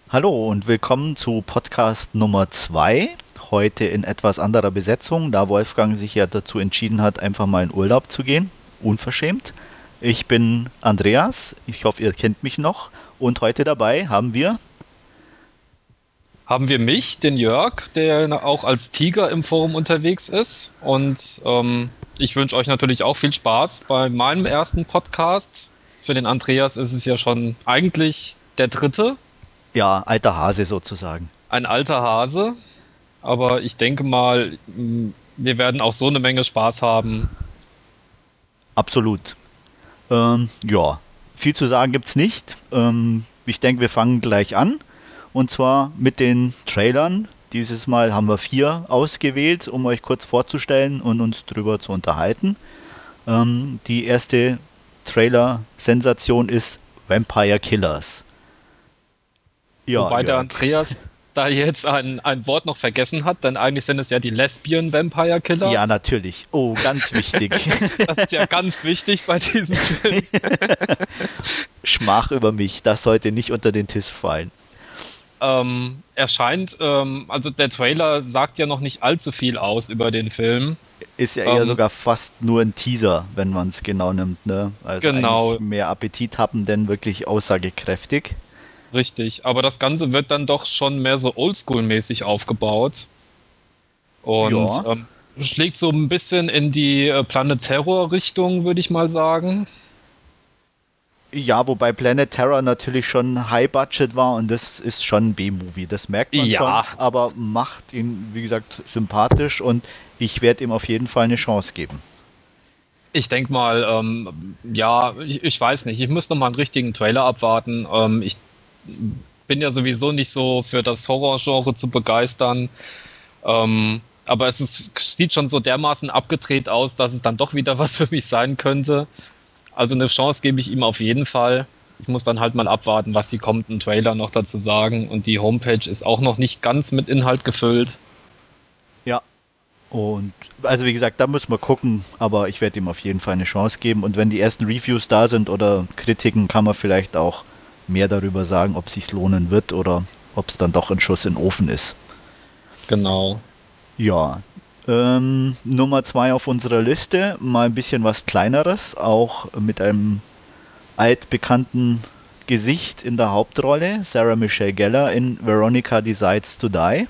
Hallo und willkommen zu Podcast Nummer 2. Heute in etwas anderer Besetzung, da Wolfgang sich ja dazu entschieden hat, einfach mal in Urlaub zu gehen. Unverschämt. Ich bin Andreas, ich hoffe, ihr kennt mich noch. Und heute dabei haben wir, Haben wir mich, den Jörg, der auch als Tiger im Forum unterwegs ist. Und ich wünsche euch natürlich auch viel Spaß bei meinem ersten Podcast. Für den Andreas ist es ja schon eigentlich der dritte, ja, alter Hase sozusagen. ein alter Hase. Aber ich denke mal, wir werden auch so eine Menge Spaß haben. Absolut. Ja, viel zu sagen gibt's nicht. Ich denke, wir fangen gleich an. Und zwar mit den Trailern. Dieses Mal haben wir 4 ausgewählt, um euch kurz vorzustellen und uns drüber zu unterhalten. Die erste Trailer-Sensation ist Vampire Killers. Ja, Wobei der Jörg. Andreas da jetzt ein Wort noch vergessen hat, denn eigentlich sind es ja die Lesbian Vampire Ja, Killers. natürlich. Oh, ganz wichtig. Das ist ja ganz wichtig bei diesem Film. Schmach über mich. Das sollte nicht unter den Tisch fallen. Erscheint, also der Trailer sagt ja noch nicht allzu viel aus über den Film. Ist ja eher Ähm, sogar fast nur ein Teaser, wenn man es genau nimmt. Ne? Also eigentlich genau, mehr Appetit haben, denn wirklich aussagekräftig. richtig. Aber das Ganze wird dann doch schon mehr so Oldschool-mäßig aufgebaut und Ja, schlägt so ein bisschen in die Planet Terror-Richtung, würde ich mal sagen. ja, wobei Planet Terror natürlich schon High Budget war und das ist schon ein B-Movie, das merkt man schon, Ja, aber macht ihn, wie gesagt, sympathisch und ich werde ihm auf jeden Fall eine Chance geben. ich denke mal, ja, ich weiß nicht. Ich muss noch mal einen richtigen Trailer abwarten. Ich bin ja sowieso nicht so für das Horrorgenre zu begeistern. Aber sieht schon so dermaßen abgedreht aus, dass es dann doch wieder was für mich sein könnte. Also eine Chance gebe ich ihm auf jeden Fall. Ich muss dann halt mal abwarten, was die kommenden Trailer noch dazu sagen. Und die Homepage ist auch noch nicht ganz mit Inhalt gefüllt. Ja, und also wie gesagt, da muss man gucken, aber ich werde ihm auf jeden Fall eine Chance geben und wenn die ersten Reviews da sind oder Kritiken, kann man vielleicht auch mehr darüber sagen, ob es sich lohnen wird oder ob es dann doch ein Schuss in den Ofen ist. Genau. Ja, Nummer 2 auf unserer Liste, mal ein bisschen was Kleineres, auch mit einem altbekannten Gesicht in der Hauptrolle, Sarah Michelle Gellar in Veronica Decides to Die.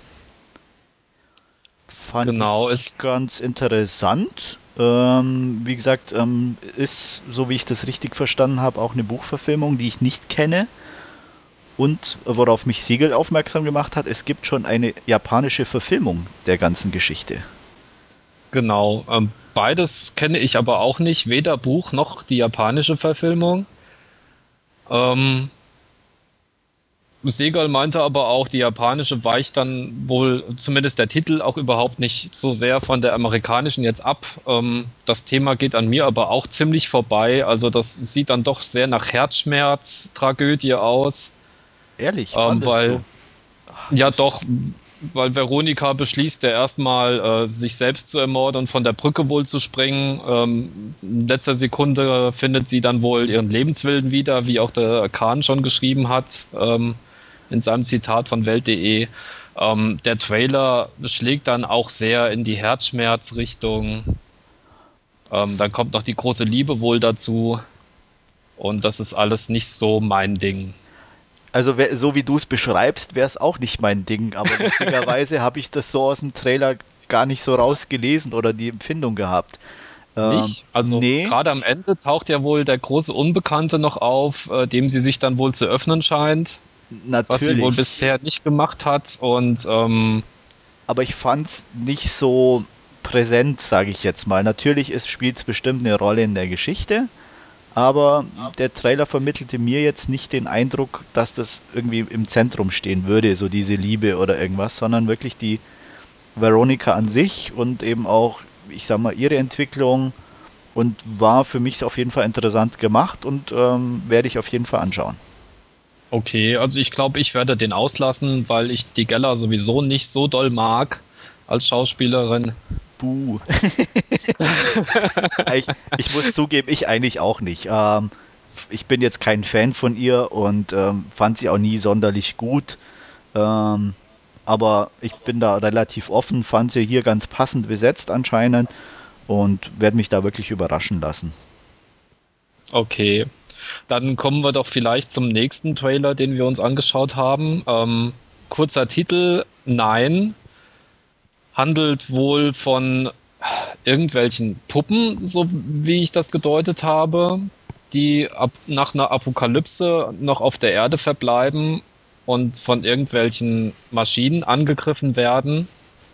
Fand Genau, ich ist ganz interessant. Wie gesagt, ist, so wie ich das richtig verstanden habe, auch eine Buchverfilmung, die ich nicht kenne. Und worauf mich Siegel aufmerksam gemacht hat, es gibt schon eine japanische Verfilmung der ganzen Geschichte. genau. Beides kenne ich aber auch nicht, weder Buch noch die japanische Verfilmung. Ähm, Segal meinte aber auch, die japanische weicht dann wohl, zumindest der Titel, auch überhaupt nicht so sehr von der amerikanischen jetzt ab. Das Thema geht an mir aber auch ziemlich vorbei. Also das sieht dann doch sehr nach Herzschmerz-Tragödie aus, Ehrlich, fandest du? weil, ja doch, Das, weil Veronika beschließt ja erstmal, sich selbst zu ermorden und von der Brücke wohl zu springen. In letzter Sekunde findet sie dann wohl ihren Lebenswillen wieder, wie auch der Kahn schon geschrieben hat, in seinem Zitat von Welt.de. Der Trailer schlägt dann auch sehr in die Herzschmerzrichtung. Dann kommt noch die große Liebe wohl dazu. Und das ist alles nicht so mein Ding. also so wie du es beschreibst, wäre es auch nicht mein Ding, aber lustigerweise habe ich das so aus dem Trailer gar nicht so rausgelesen oder die Empfindung gehabt. Nicht? Also Nee, gerade am Ende taucht ja wohl der große Unbekannte noch auf, dem sie sich dann wohl zu öffnen scheint, was sie wohl natürlich. bisher nicht gemacht hat. Und Aber ich fand es nicht so präsent, sage ich jetzt mal. Natürlich spielt es bestimmt eine Rolle in der Geschichte, aber der Trailer vermittelte mir jetzt nicht den Eindruck, dass das irgendwie im Zentrum stehen würde, so diese Liebe oder irgendwas, sondern wirklich die Veronica an sich und eben auch, ich sag mal, ihre Entwicklung und war für mich auf jeden Fall interessant gemacht und werde ich auf jeden Fall anschauen. okay, also ich glaube, ich werde den auslassen, weil ich die Geller sowieso nicht so doll mag als Schauspielerin. Buh. Ich muss zugeben, ich eigentlich auch nicht. ich bin jetzt kein Fan von ihr und fand sie auch nie sonderlich gut. Ähm, aber ich bin da relativ offen, fand sie hier ganz passend besetzt anscheinend und werde mich da wirklich überraschen lassen. Okay. Dann kommen wir doch vielleicht zum nächsten Trailer, den wir uns angeschaut haben. Kurzer Titel, Nein, handelt wohl von irgendwelchen Puppen, so wie ich das gedeutet habe, die nach einer Apokalypse noch auf der Erde verbleiben und von irgendwelchen Maschinen angegriffen werden.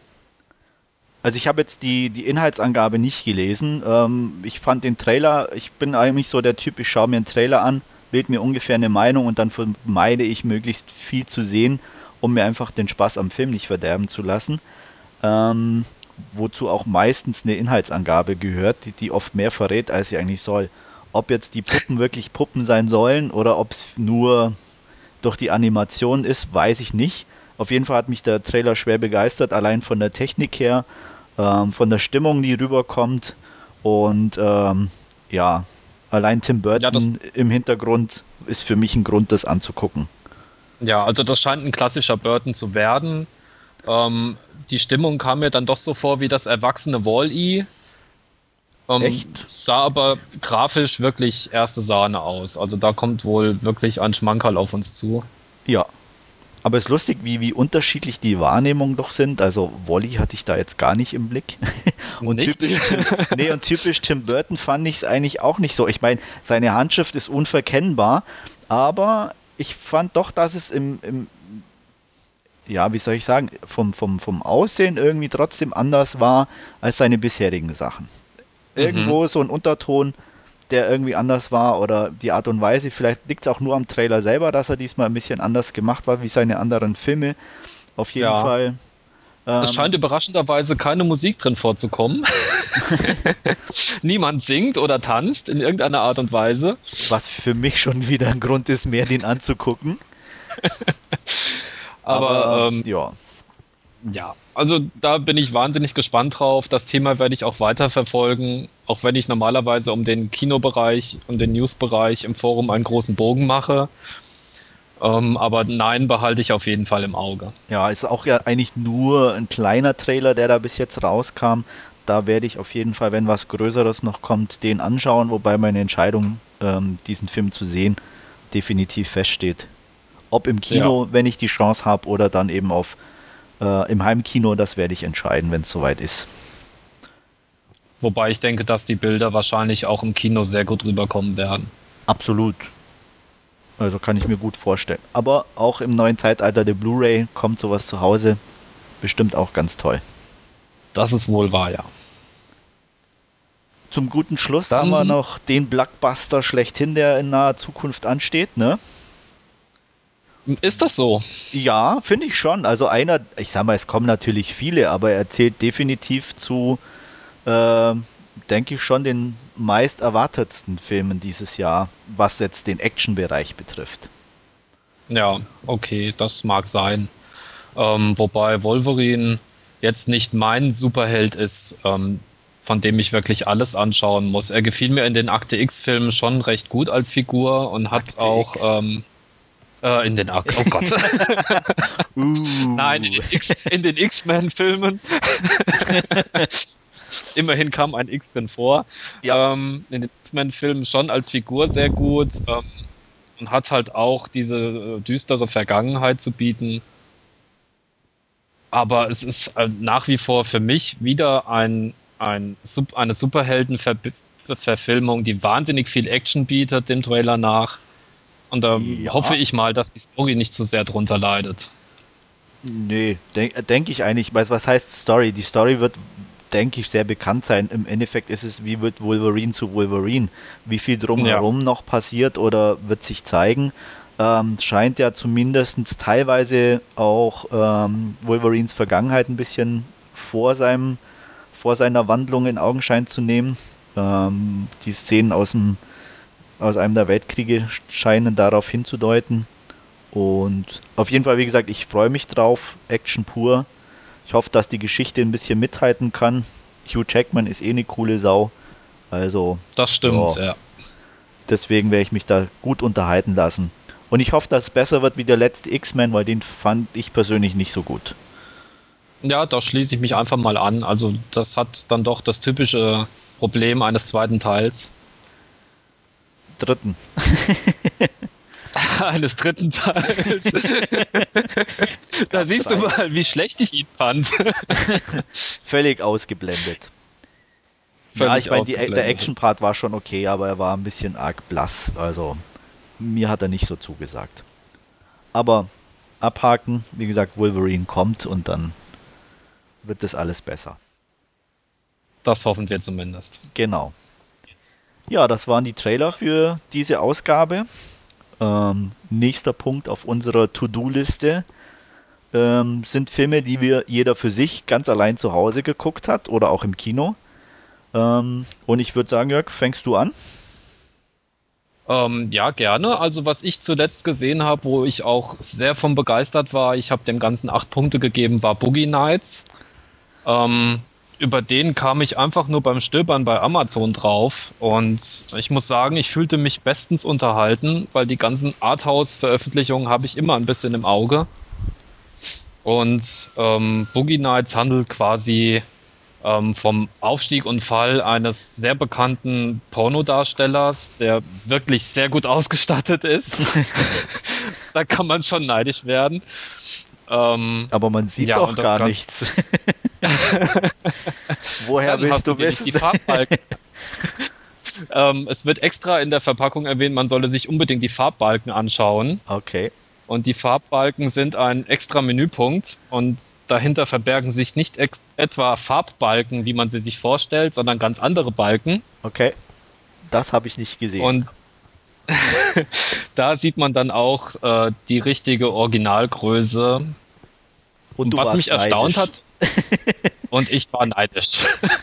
Also ich habe jetzt die Inhaltsangabe nicht gelesen. Ich fand den Trailer, ich bin eigentlich so der Typ, ich schaue mir einen Trailer an, bild mir ungefähr eine Meinung und dann vermeide ich möglichst viel zu sehen, um mir einfach den Spaß am Film nicht verderben zu lassen. Ähm, wozu auch meistens eine Inhaltsangabe gehört, die oft mehr verrät, als sie eigentlich soll. Ob jetzt die Puppen wirklich Puppen sein sollen oder ob es nur durch die Animation ist, weiß ich nicht. Auf jeden Fall hat mich der Trailer schwer begeistert, allein von der Technik her, von der Stimmung, die rüberkommt und ja, allein Tim Ja, Burton im Hintergrund ist für mich ein Grund, das anzugucken. also das scheint ein klassischer Burton zu werden. Ähm, die Stimmung kam mir dann doch so vor wie das erwachsene Wall-E. Echt? Sah aber grafisch wirklich erste Sahne aus. Also da kommt wohl wirklich ein Schmankerl auf uns zu. Ja. Aber es ist lustig, wie unterschiedlich die Wahrnehmungen doch sind. Also Wall-E hatte ich da jetzt gar nicht im Blick. Und Nicht? typisch Tim Burton fand ich es eigentlich auch nicht so. Ich meine, seine Handschrift ist unverkennbar, aber ich fand doch, dass es ja, wie soll ich sagen, vom Aussehen irgendwie trotzdem anders war als seine bisherigen Sachen. Mhm. Irgendwo so ein Unterton, der irgendwie anders war oder die Art und Weise, vielleicht liegt es auch nur am Trailer selber, dass er diesmal ein bisschen anders gemacht war wie seine anderen Filme. Auf jeden Ja. Fall. Es scheint Ähm, überraschenderweise keine Musik drin vorzukommen. Niemand singt oder tanzt in irgendeiner Art und Weise. was für mich schon wieder ein Grund ist, mehr den anzugucken. Aber Aber ja, ja, also da bin ich wahnsinnig gespannt drauf. Das Thema werde ich auch weiter verfolgen, auch wenn ich normalerweise um den Kinobereich und den Newsbereich im Forum einen großen Bogen mache. Aber nein, behalte ich auf jeden Fall im Auge. ja, ist auch ja eigentlich nur ein kleiner Trailer, der da bis jetzt rauskam. Da werde ich auf jeden Fall, wenn was Größeres noch kommt, den anschauen, wobei meine Entscheidung, diesen Film zu sehen, definitiv feststeht. Ob im Ja, Kino, wenn ich die Chance habe, oder dann eben im Heimkino, das werde ich entscheiden, wenn es soweit ist. wobei ich denke, dass die Bilder wahrscheinlich auch im Kino sehr gut rüberkommen werden. Absolut. Also kann ich mir gut vorstellen. Aber auch im neuen Zeitalter der Blu-ray kommt sowas zu Hause bestimmt auch ganz toll. Das ist wohl wahr, ja. Zum guten Schluss haben wir Dann noch den Blockbuster schlechthin, der in naher Zukunft ansteht, ne? ist das so. Ja, finde ich schon. Also einer, ich sag mal, es kommen natürlich viele, aber er zählt definitiv zu, äh, denke ich schon, den meist erwartetsten Filmen dieses Jahr, was jetzt den Action-Bereich betrifft. Ja, okay, das mag sein. Wobei Wolverine jetzt nicht mein Superheld ist, von dem ich wirklich alles anschauen muss. Er gefiel mir in den Akte X-Filmen schon recht gut als Figur und hat Akte auch X. in den oh Gott. Nein, uh. In den X-Men-Filmen. Immerhin kam ein X drin vor. Ja, In den X-Men-Filmen schon als Figur sehr gut und hat halt auch diese düstere Vergangenheit zu bieten. Aber es ist nach wie vor für mich wieder eine Superhelden-Verfilmung, die wahnsinnig viel Action bietet, dem Trailer nach. Und da hoffe ja, ich mal, dass die Story nicht zu sehr drunter leidet. nee, denke ich eigentlich. Was heißt Story? Die Story wird, denke ich, sehr bekannt sein. Im Endeffekt ist es, wie wird Wolverine zu Wolverine? Wie viel Ja, drumherum noch passiert oder wird sich zeigen? Scheint ja zumindest teilweise auch Wolverines Vergangenheit ein bisschen vor seiner Wandlung in Augenschein zu nehmen. Die Szenen aus einem der Weltkriege scheinen darauf hinzudeuten. Und auf jeden Fall, wie gesagt, ich freue mich drauf. Action pur. Ich hoffe, dass die Geschichte ein bisschen mithalten kann. Hugh Jackman ist eh eine coole Sau. Also, das stimmt, ja, ja. deswegen werde ich mich da gut unterhalten lassen. Und ich hoffe, dass es besser wird wie der letzte X-Men, weil den fand ich persönlich nicht so gut. Ja, da schließe ich mich einfach mal an. Also das hat dann doch das typische Problem eines zweiten Teils. Dritten. Eines dritten Teils. Da Gab siehst du 3. mal, wie schlecht ich ihn fand. Völlig ausgeblendet. Ja, ich Völlig meine, der ausgeblendet. Action-Part war schon okay, aber er war ein bisschen arg blass. Also, mir hat er nicht so zugesagt. Aber abhaken, wie gesagt, Wolverine kommt und dann wird das alles besser. Das hoffen wir zumindest. Genau. Ja, das waren die Trailer für diese Ausgabe. Nächster Punkt auf unserer To-Do-Liste sind Filme, die wir jeder für sich ganz allein zu Hause geguckt hat oder auch im Kino. Und ich würde sagen, Jörg, fängst du an? Ja, gerne. Also was ich zuletzt gesehen habe, wo ich auch sehr von begeistert war, ich habe dem Ganzen 8 Punkte gegeben, war Boogie Nights. Ähm, über den kam ich einfach nur beim Stöbern bei Amazon drauf und ich muss sagen, ich fühlte mich bestens unterhalten, weil die ganzen Arthouse-Veröffentlichungen habe ich immer ein bisschen im Auge. Und Boogie Nights handelt quasi vom Aufstieg und Fall eines sehr bekannten Pornodarstellers, der wirklich sehr gut ausgestattet ist. Da kann man schon neidisch werden. Aber man sieht Ja, doch und das gar Ganze. nichts. Woher Dann willst hast du du dir nicht die wissen? Farbbalken. Es wird extra in der Verpackung erwähnt, man solle sich unbedingt die Farbbalken anschauen. Okay, Und die Farbbalken sind ein extra Menüpunkt und dahinter verbergen sich nicht etwa Farbbalken, wie man sie sich vorstellt, sondern ganz andere Balken. okay. Das habe ich nicht gesehen. Und da sieht man dann auch die richtige Originalgröße. Und Und du was mich warst erstaunt neidisch. hat, und ich war neidisch.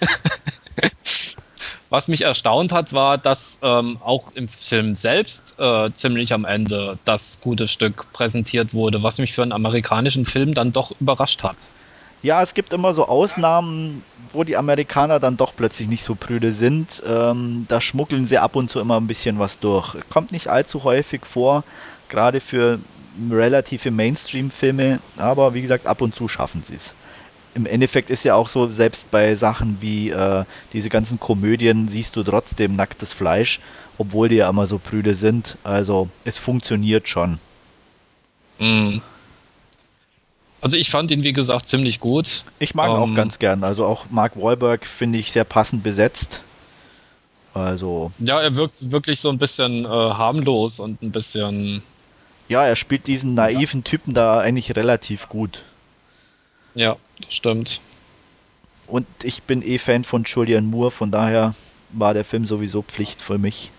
Was mich erstaunt hat, war, dass auch im Film selbst ziemlich am Ende das gute Stück präsentiert wurde, was mich für einen amerikanischen Film dann doch überrascht hat. Ja, es gibt immer so Ausnahmen, wo die Amerikaner dann doch plötzlich nicht so prüde sind. Da schmuggeln sie ab und zu immer ein bisschen was durch. Kommt nicht allzu häufig vor, gerade für relative Mainstream-Filme, aber wie gesagt, ab und zu schaffen sie es. Im Endeffekt ist ja auch so, selbst bei Sachen wie diese ganzen Komödien siehst du trotzdem nacktes Fleisch, obwohl die ja immer so prüde sind. Also es funktioniert schon. Mm. Also ich fand ihn, wie gesagt, ziemlich gut. Ich mag ihn auch ganz gern. Also auch Mark Wahlberg finde ich sehr passend besetzt. Also Ja, er wirkt wirklich so ein bisschen harmlos und ein bisschen, ja, er spielt diesen ja, naiven Typen da eigentlich relativ gut. ja, das stimmt. Und ich bin eh Fan von Julianne Moore, von daher war der Film sowieso Pflicht für mich.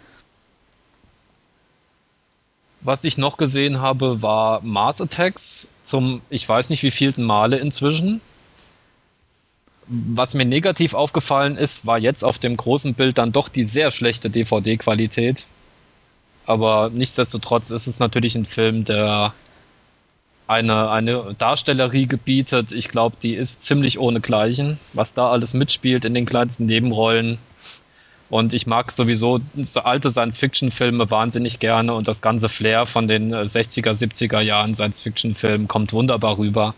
Was ich noch gesehen habe, war Mars Attacks zum, ich weiß nicht wievielten Male inzwischen. Was mir negativ aufgefallen ist, war jetzt auf dem großen Bild dann doch die sehr schlechte DVD-Qualität. Aber nichtsdestotrotz ist es natürlich ein Film, der eine Darstellerriege bietet. Ich glaube, die ist ziemlich ohnegleichen, was da alles mitspielt in den kleinsten Nebenrollen. Und ich mag sowieso so alte Science-Fiction-Filme wahnsinnig gerne und das ganze Flair von den 60er, 70er Jahren Science-Fiction-Filmen kommt wunderbar rüber.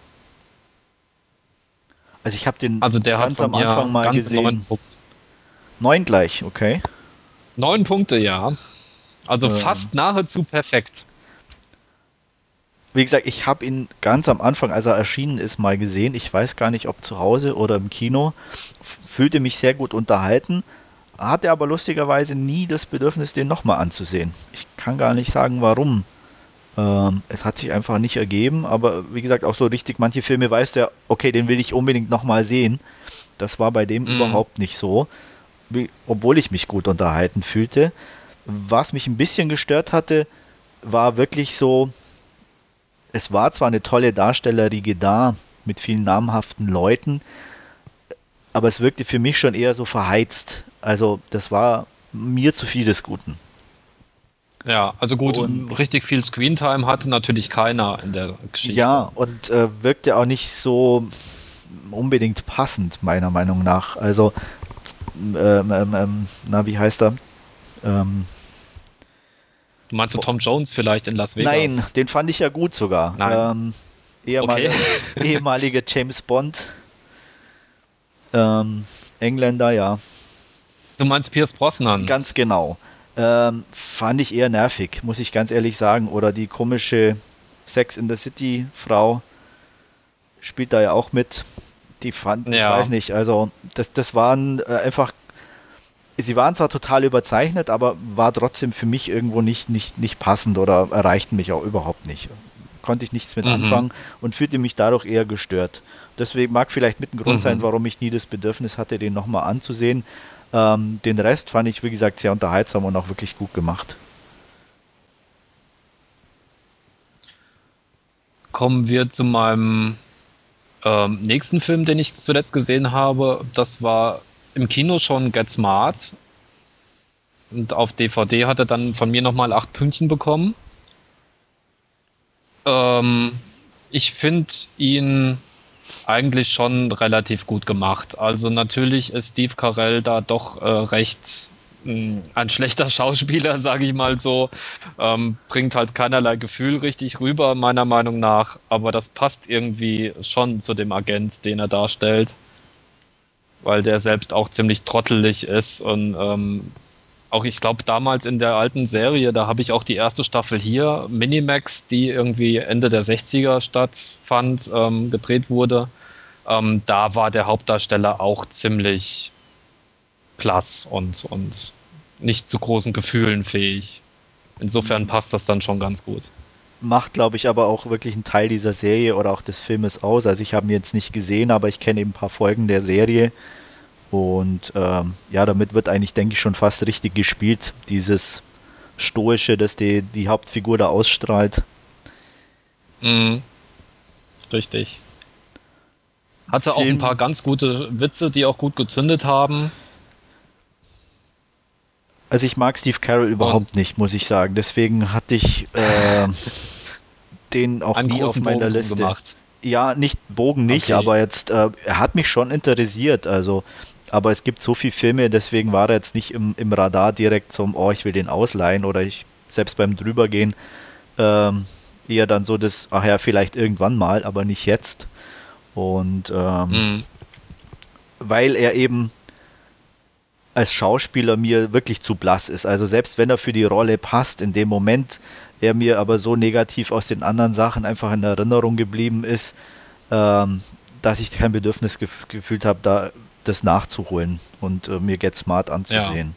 Also ich habe den Also der hat ganz von am Anfang mir mal ganze neun gesehen. Punkte. 9 gleich, okay. 9 Punkte, ja. Also Ähm, fast nahezu perfekt. Wie gesagt, ich habe ihn ganz am Anfang, als er erschienen ist, mal gesehen. Ich weiß gar nicht, ob zu Hause oder im Kino. Fühlte mich sehr gut unterhalten, hatte aber lustigerweise nie das Bedürfnis, den nochmal anzusehen. Ich kann gar nicht sagen, warum. Es hat sich einfach nicht ergeben, aber wie gesagt, auch so richtig, manche Filme weißt du ja, okay, den will ich unbedingt nochmal sehen. Das war bei dem Mm, überhaupt nicht so, obwohl ich mich gut unterhalten fühlte. Was mich ein bisschen gestört hatte, war wirklich so, es war zwar eine tolle Darstellerriege da mit vielen namhaften Leuten, aber es wirkte für mich schon eher so verheizt. Also das war mir zu viel des Guten. ja, also gut, Und richtig viel Screentime hatte natürlich keiner in der ja, Geschichte. und wirkte auch nicht so unbedingt passend, meiner Meinung nach. Also, na, wie heißt er? Ähm, Du meinst du Tom Jones vielleicht in Las Nein, Vegas? den fand ich ja gut sogar. Nein. Okay. Ehemalige James Bond, ähm, Engländer, ja, Du meinst Pierce Brosnan? ganz genau. Fand ich eher nervig, muss ich ganz ehrlich sagen. Oder die komische Sex in the City Frau spielt da ja auch mit. Ich weiß Ja. nicht, also das waren einfach, sie waren zwar total überzeichnet, aber war trotzdem für mich irgendwo nicht passend oder erreichten mich auch überhaupt nicht. Konnte ich nichts mit Mhm. anfangen und fühlte mich dadurch eher gestört. Deswegen mag vielleicht mit ein Grund sein, Mhm. warum ich nie das Bedürfnis hatte, den nochmal anzusehen. Den Rest fand ich, wie gesagt, sehr unterhaltsam und auch wirklich gut gemacht. Kommen wir zu meinem nächsten Film, den ich zuletzt gesehen habe. Das war im Kino schon Get Smart. Und auf DVD hat er dann von mir nochmal 8 Pünktchen bekommen. Ähm, Ich finde ihn eigentlich schon relativ gut gemacht. Also natürlich ist Steve Carell da doch recht ein schlechter Schauspieler, sage ich mal so. Bringt halt keinerlei Gefühl richtig rüber, meiner Meinung nach. Aber das passt irgendwie schon zu dem Agent, den er darstellt, weil der selbst auch ziemlich trottelig ist und auch ich glaube damals in der alten Serie, da habe ich auch die erste Staffel hier, Minimax, die irgendwie Ende der 60er stattfand, gedreht wurde. Da war der Hauptdarsteller auch ziemlich blass und nicht zu großen Gefühlen fähig. Insofern passt das dann schon ganz gut. Macht, glaube ich, aber auch wirklich einen Teil dieser Serie oder auch des Filmes aus. Also ich habe ihn jetzt nicht gesehen, aber ich kenne eben ein paar Folgen der Serie. Und ja, damit wird eigentlich, denke ich, schon fast richtig gespielt. Dieses Stoische, das die Hauptfigur da ausstrahlt. Mhm, richtig. Hatte auch ein Film, paar ganz gute Witze, die auch gut gezündet haben. also ich mag Steve Carell Und überhaupt nicht, muss ich sagen. Deswegen hatte ich den auch einen nie auf großen meiner Bogen drum Liste. gemacht. Ja, nicht Bogen nicht, Okay. aber jetzt, er hat mich schon interessiert. Also, aber es gibt so viele Filme, deswegen war er jetzt nicht im Radar direkt zum, oh, ich will den ausleihen oder ich selbst beim drübergehen ähm, eher dann so das, ach ja, vielleicht irgendwann mal, aber nicht jetzt. Und Mhm. weil er eben als Schauspieler mir wirklich zu blass ist. Also selbst wenn er für die Rolle passt, in dem Moment er mir aber so negativ aus den anderen Sachen einfach in Erinnerung geblieben ist, ähm, dass ich kein Bedürfnis gefühlt habe, da das nachzuholen und mir Get Smart Ja. anzusehen.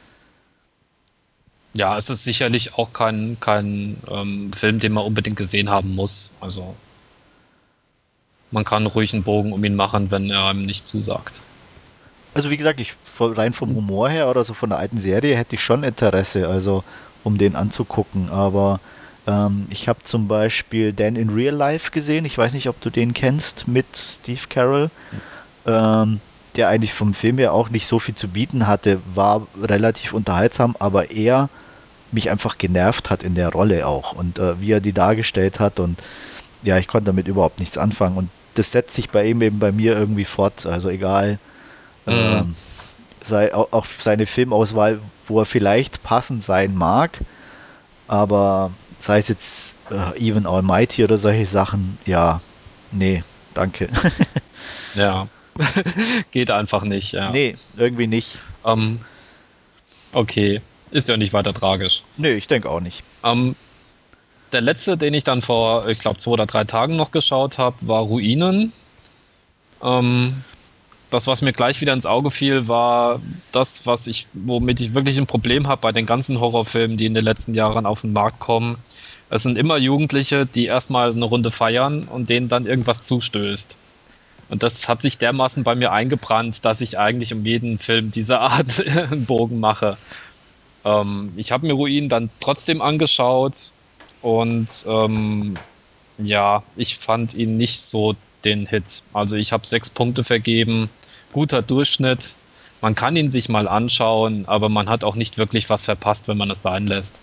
Ja, es ist sicherlich auch kein Film, den man unbedingt gesehen haben muss. Also man kann ruhig einen Bogen um ihn machen, wenn er einem nicht zusagt. Also wie gesagt, rein vom Humor her oder so von der alten Serie hätte ich schon Interesse, also um den anzugucken. Aber ich habe zum Beispiel Dan in Real Life gesehen. Ich weiß nicht, ob du den kennst mit Steve Carell. ähm, der eigentlich vom Film her auch nicht so viel zu bieten hatte, war relativ unterhaltsam, aber er mich einfach genervt hat in der Rolle auch und wie er die dargestellt hat und ja, ich konnte damit überhaupt nichts anfangen und das setzt sich bei ihm eben bei mir irgendwie fort, also egal, Mhm. ähm, sei auch seine Filmauswahl, wo er vielleicht passend sein mag, aber sei es jetzt Even Almighty oder solche Sachen, ja, nee, danke. Ja, geht einfach nicht, ja. Nee, irgendwie nicht. Ähm, okay, ist ja nicht weiter tragisch. Nö, ich denke auch nicht. Ähm, Der letzte, den ich dann vor, ich glaube, 2 oder 3 Tagen noch geschaut habe, war Ruinen. Ähm, Das, was mir gleich wieder ins Auge fiel, war das, womit ich wirklich ein Problem habe bei den ganzen Horrorfilmen, die in den letzten Jahren auf den Markt kommen. Es sind immer Jugendliche, die erstmal eine Runde feiern und denen dann irgendwas zustößt. Und das hat sich dermaßen bei mir eingebrannt, dass ich eigentlich um jeden Film dieser Art einen Bogen mache. Ich habe mir Ruin dann trotzdem angeschaut und ja, ich fand ihn nicht so den Hit. Also ich habe 6 Punkte vergeben, guter Durchschnitt. Man kann ihn sich mal anschauen, aber man hat auch nicht wirklich was verpasst, wenn man es sein lässt.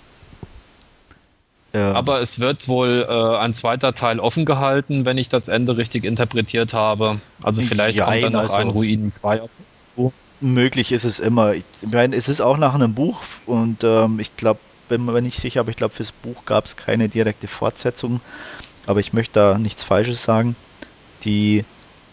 Ähm, Aber es wird wohl ein zweiter Teil offen gehalten, wenn ich das Ende richtig interpretiert habe. Also vielleicht kommt dann Jein, noch ein also Ruinen 2 auf uns zu. möglich ist es immer. Ich meine, es ist auch nach einem Buch und ich glaube, bin mir nicht sicher, aber ich glaube, fürs Buch gab es keine direkte Fortsetzung. Aber ich möchte da nichts Falsches sagen. Die,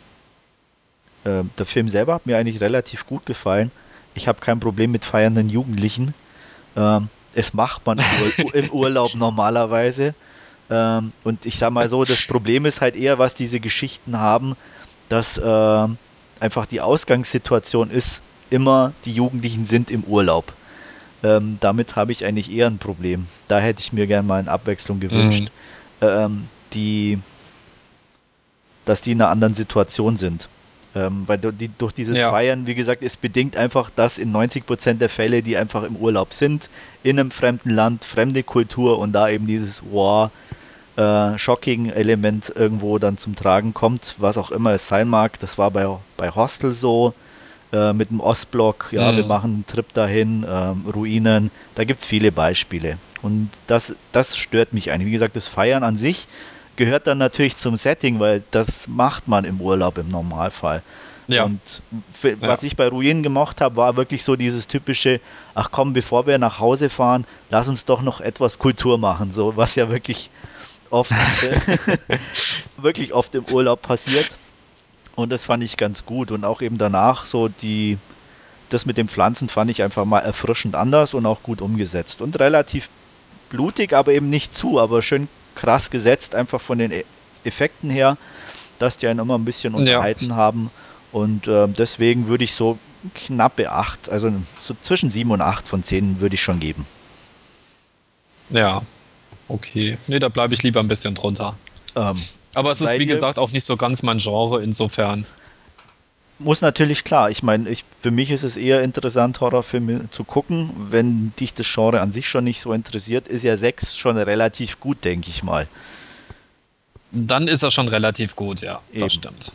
der Film selber hat mir eigentlich relativ gut gefallen. Ich habe kein Problem mit feiernden Jugendlichen. Es macht man im Urlaub normalerweise. Und ich sag mal so, das Problem ist halt eher, was diese Geschichten haben, dass einfach die Ausgangssituation ist, immer die Jugendlichen sind im Urlaub. Damit habe ich eigentlich eher ein Problem. Da hätte ich mir gern mal eine Abwechslung Mhm. gewünscht, die, dass die in einer anderen Situation sind. Weil durch dieses Ja. Feiern, wie gesagt, ist bedingt einfach, dass in 90% der Fälle die einfach im Urlaub sind, in einem fremden Land, fremde Kultur und da eben dieses wow, Shocking-Element irgendwo dann zum Tragen kommt, was auch immer es sein mag. Das war bei Hostel so, mit dem Ostblock, ja, wir Mhm. machen einen Trip dahin, Ruinen, da gibt es viele Beispiele. Und das stört mich eigentlich. Wie gesagt, das Feiern an sich gehört dann natürlich zum Setting, weil das macht man im Urlaub im Normalfall. Ja. Und Ja. was ich bei Ruinen gemacht habe, war wirklich so dieses typische, ach komm, bevor wir nach Hause fahren, lass uns doch noch etwas Kultur machen, so was ja wirklich oft, wirklich oft im Urlaub passiert. Und das fand ich ganz gut. Und auch eben danach so das mit den Pflanzen fand ich einfach mal erfrischend anders und auch gut umgesetzt. Und relativ blutig, aber eben nicht zu, aber schön krass gesetzt, einfach von den Effekten her, dass die einen immer ein bisschen Ja. unterhalten haben. Und deswegen würde ich so knappe 8, also so zwischen 7 und 8 von 10 würde ich schon geben. Ja. Okay. Nee, da bleibe ich lieber ein bisschen drunter. Ähm, Aber es ist, bei wie dir gesagt, auch nicht so ganz mein Genre, insofern. muss natürlich klar, ich meine, für mich ist es eher interessant, Horrorfilme zu gucken. Wenn dich das Genre an sich schon nicht so interessiert, ist ja 6 schon relativ gut, denke ich mal. Dann ist er schon relativ gut, ja, das Eben. stimmt.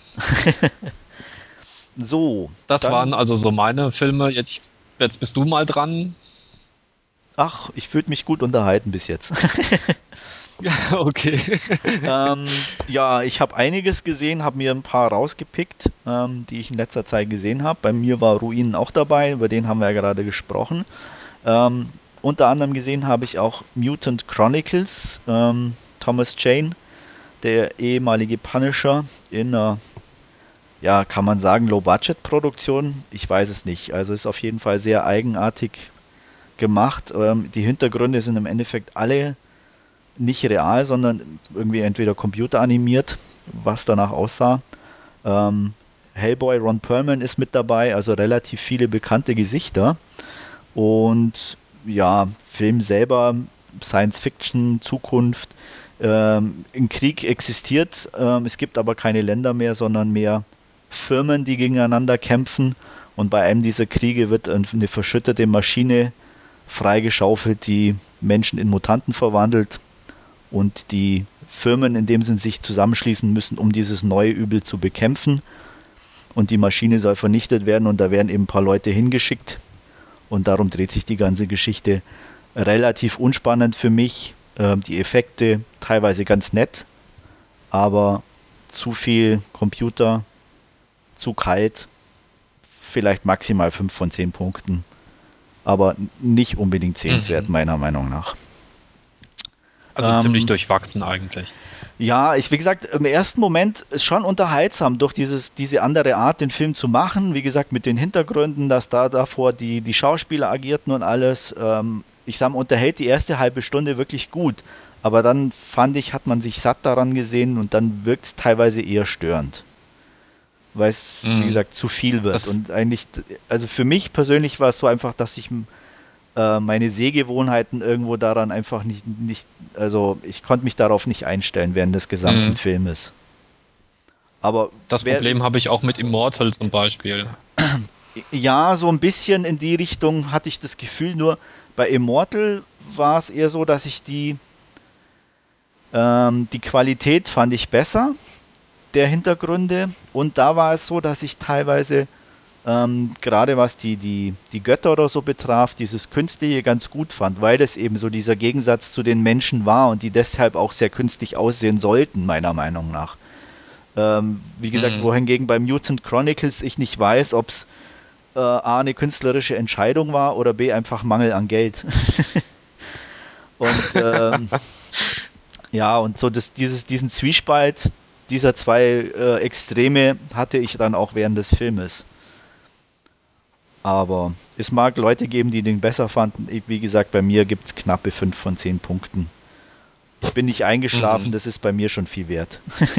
So, Das waren dann, also so meine Filme. Jetzt bist du mal dran. ach, ich fühle mich gut unterhalten bis jetzt. Okay. Ja, ich habe einiges gesehen, habe mir ein paar rausgepickt, die ich in letzter Zeit gesehen habe. Bei mir war Ruinen auch dabei, über den haben wir ja gerade gesprochen. Unter anderem gesehen habe ich auch Mutant Chronicles, Thomas Jane, der ehemalige Punisher in einer, ja, kann man sagen, Low-Budget-Produktion. Ich weiß es nicht. Also ist auf jeden Fall sehr eigenartig gemacht. Die Hintergründe sind im Endeffekt alle nicht real, sondern irgendwie entweder computeranimiert, was danach aussah. Ähm, Hellboy, Ron Perlman ist mit dabei, also relativ viele bekannte Gesichter. Und ja, Film selber, Science Fiction, Zukunft. Ein Krieg existiert, es gibt aber keine Länder mehr, sondern mehr Firmen, die gegeneinander kämpfen. Und bei einem dieser Kriege wird eine verschüttete Maschine freigeschaufelt, die Menschen in Mutanten verwandelt und die Firmen in dem Sinn sich zusammenschließen müssen, um dieses neue Übel zu bekämpfen. Und die Maschine soll vernichtet werden und da werden eben ein paar Leute hingeschickt. Und darum dreht sich die ganze Geschichte. Relativ unspannend für mich. Die Effekte teilweise ganz nett, aber zu viel Computer, zu kalt. Vielleicht maximal 5 von 10 Punkten. Aber nicht unbedingt sehenswert, Mhm. meiner Meinung nach. Also ziemlich Ähm, durchwachsen eigentlich. Ja, wie gesagt, im ersten Moment ist schon unterhaltsam, durch diese andere Art, den Film zu machen. Wie gesagt, mit den Hintergründen, dass da davor die Schauspieler agierten und alles. Ich sag mal, unterhält die erste halbe Stunde wirklich gut. Aber dann fand ich, hat man sich satt daran gesehen und dann wirkt es teilweise eher störend. Weil es, wie Mhm. gesagt, zu viel wird. Das, Und eigentlich, also für mich persönlich war es so einfach, dass ich meine Sehgewohnheiten irgendwo daran einfach nicht, also ich konnte mich darauf nicht einstellen während des gesamten mhm. Filmes. Aber Das Problem habe ich auch mit Immortal zum Beispiel. ja, so ein bisschen in die Richtung hatte ich das Gefühl, nur bei Immortal war es eher so, dass ich die Qualität fand ich besser, der Hintergründe. Und da war es so, dass ich teilweise gerade was die Götter oder so betraf, dieses Künstliche ganz gut fand, weil es eben so dieser Gegensatz zu den Menschen war und die deshalb auch sehr künstlich aussehen sollten, meiner Meinung nach. Wie gesagt, Mhm. wohingegen bei Mutant Chronicles ich nicht weiß, ob es A, eine künstlerische Entscheidung war oder B, einfach Mangel an Geld. Und ja, und so diesen Zwiespalt dieser zwei Extreme hatte ich dann auch während des Filmes. Aber es mag Leute geben, die den besser fanden. Wie gesagt, bei mir gibt es knappe 5 von 10 Punkten. Ich bin nicht eingeschlafen, Mhm. das ist bei mir schon viel wert.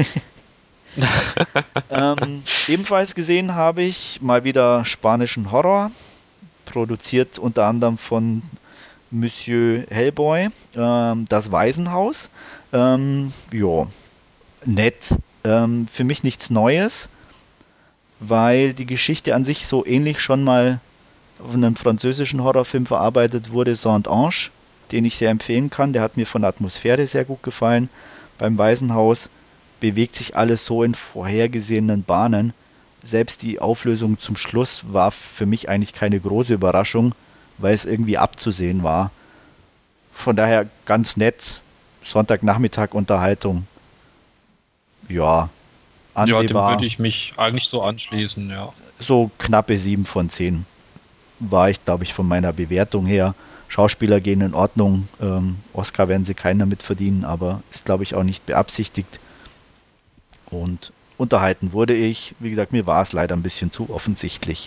Ebenfalls gesehen habe ich mal wieder spanischen Horror, produziert unter anderem von Monsieur Hellboy, das Waisenhaus. Ja, nett. Für mich nichts Neues, weil die Geschichte an sich so ähnlich schon mal auf einem französischen Horrorfilm verarbeitet wurde, Saint-Ange, den ich sehr empfehlen kann. Der hat mir von der Atmosphäre sehr gut gefallen. Beim Waisenhaus bewegt sich alles so in vorhergesehenen Bahnen. Selbst die Auflösung zum Schluss war für mich eigentlich keine große Überraschung, weil es irgendwie abzusehen war. Von daher ganz nett. Sonntagnachmittag Unterhaltung. Ja, Ja, dem würde ansehbar. ich mich eigentlich so anschließen, ja. So knappe 7 von 10 war ich, glaube ich, von meiner Bewertung her. Schauspieler gehen in Ordnung. Oscar werden sie keiner mit verdienen, aber ist, glaube ich, auch nicht beabsichtigt. Und unterhalten wurde ich. Wie gesagt, mir war es leider ein bisschen zu offensichtlich.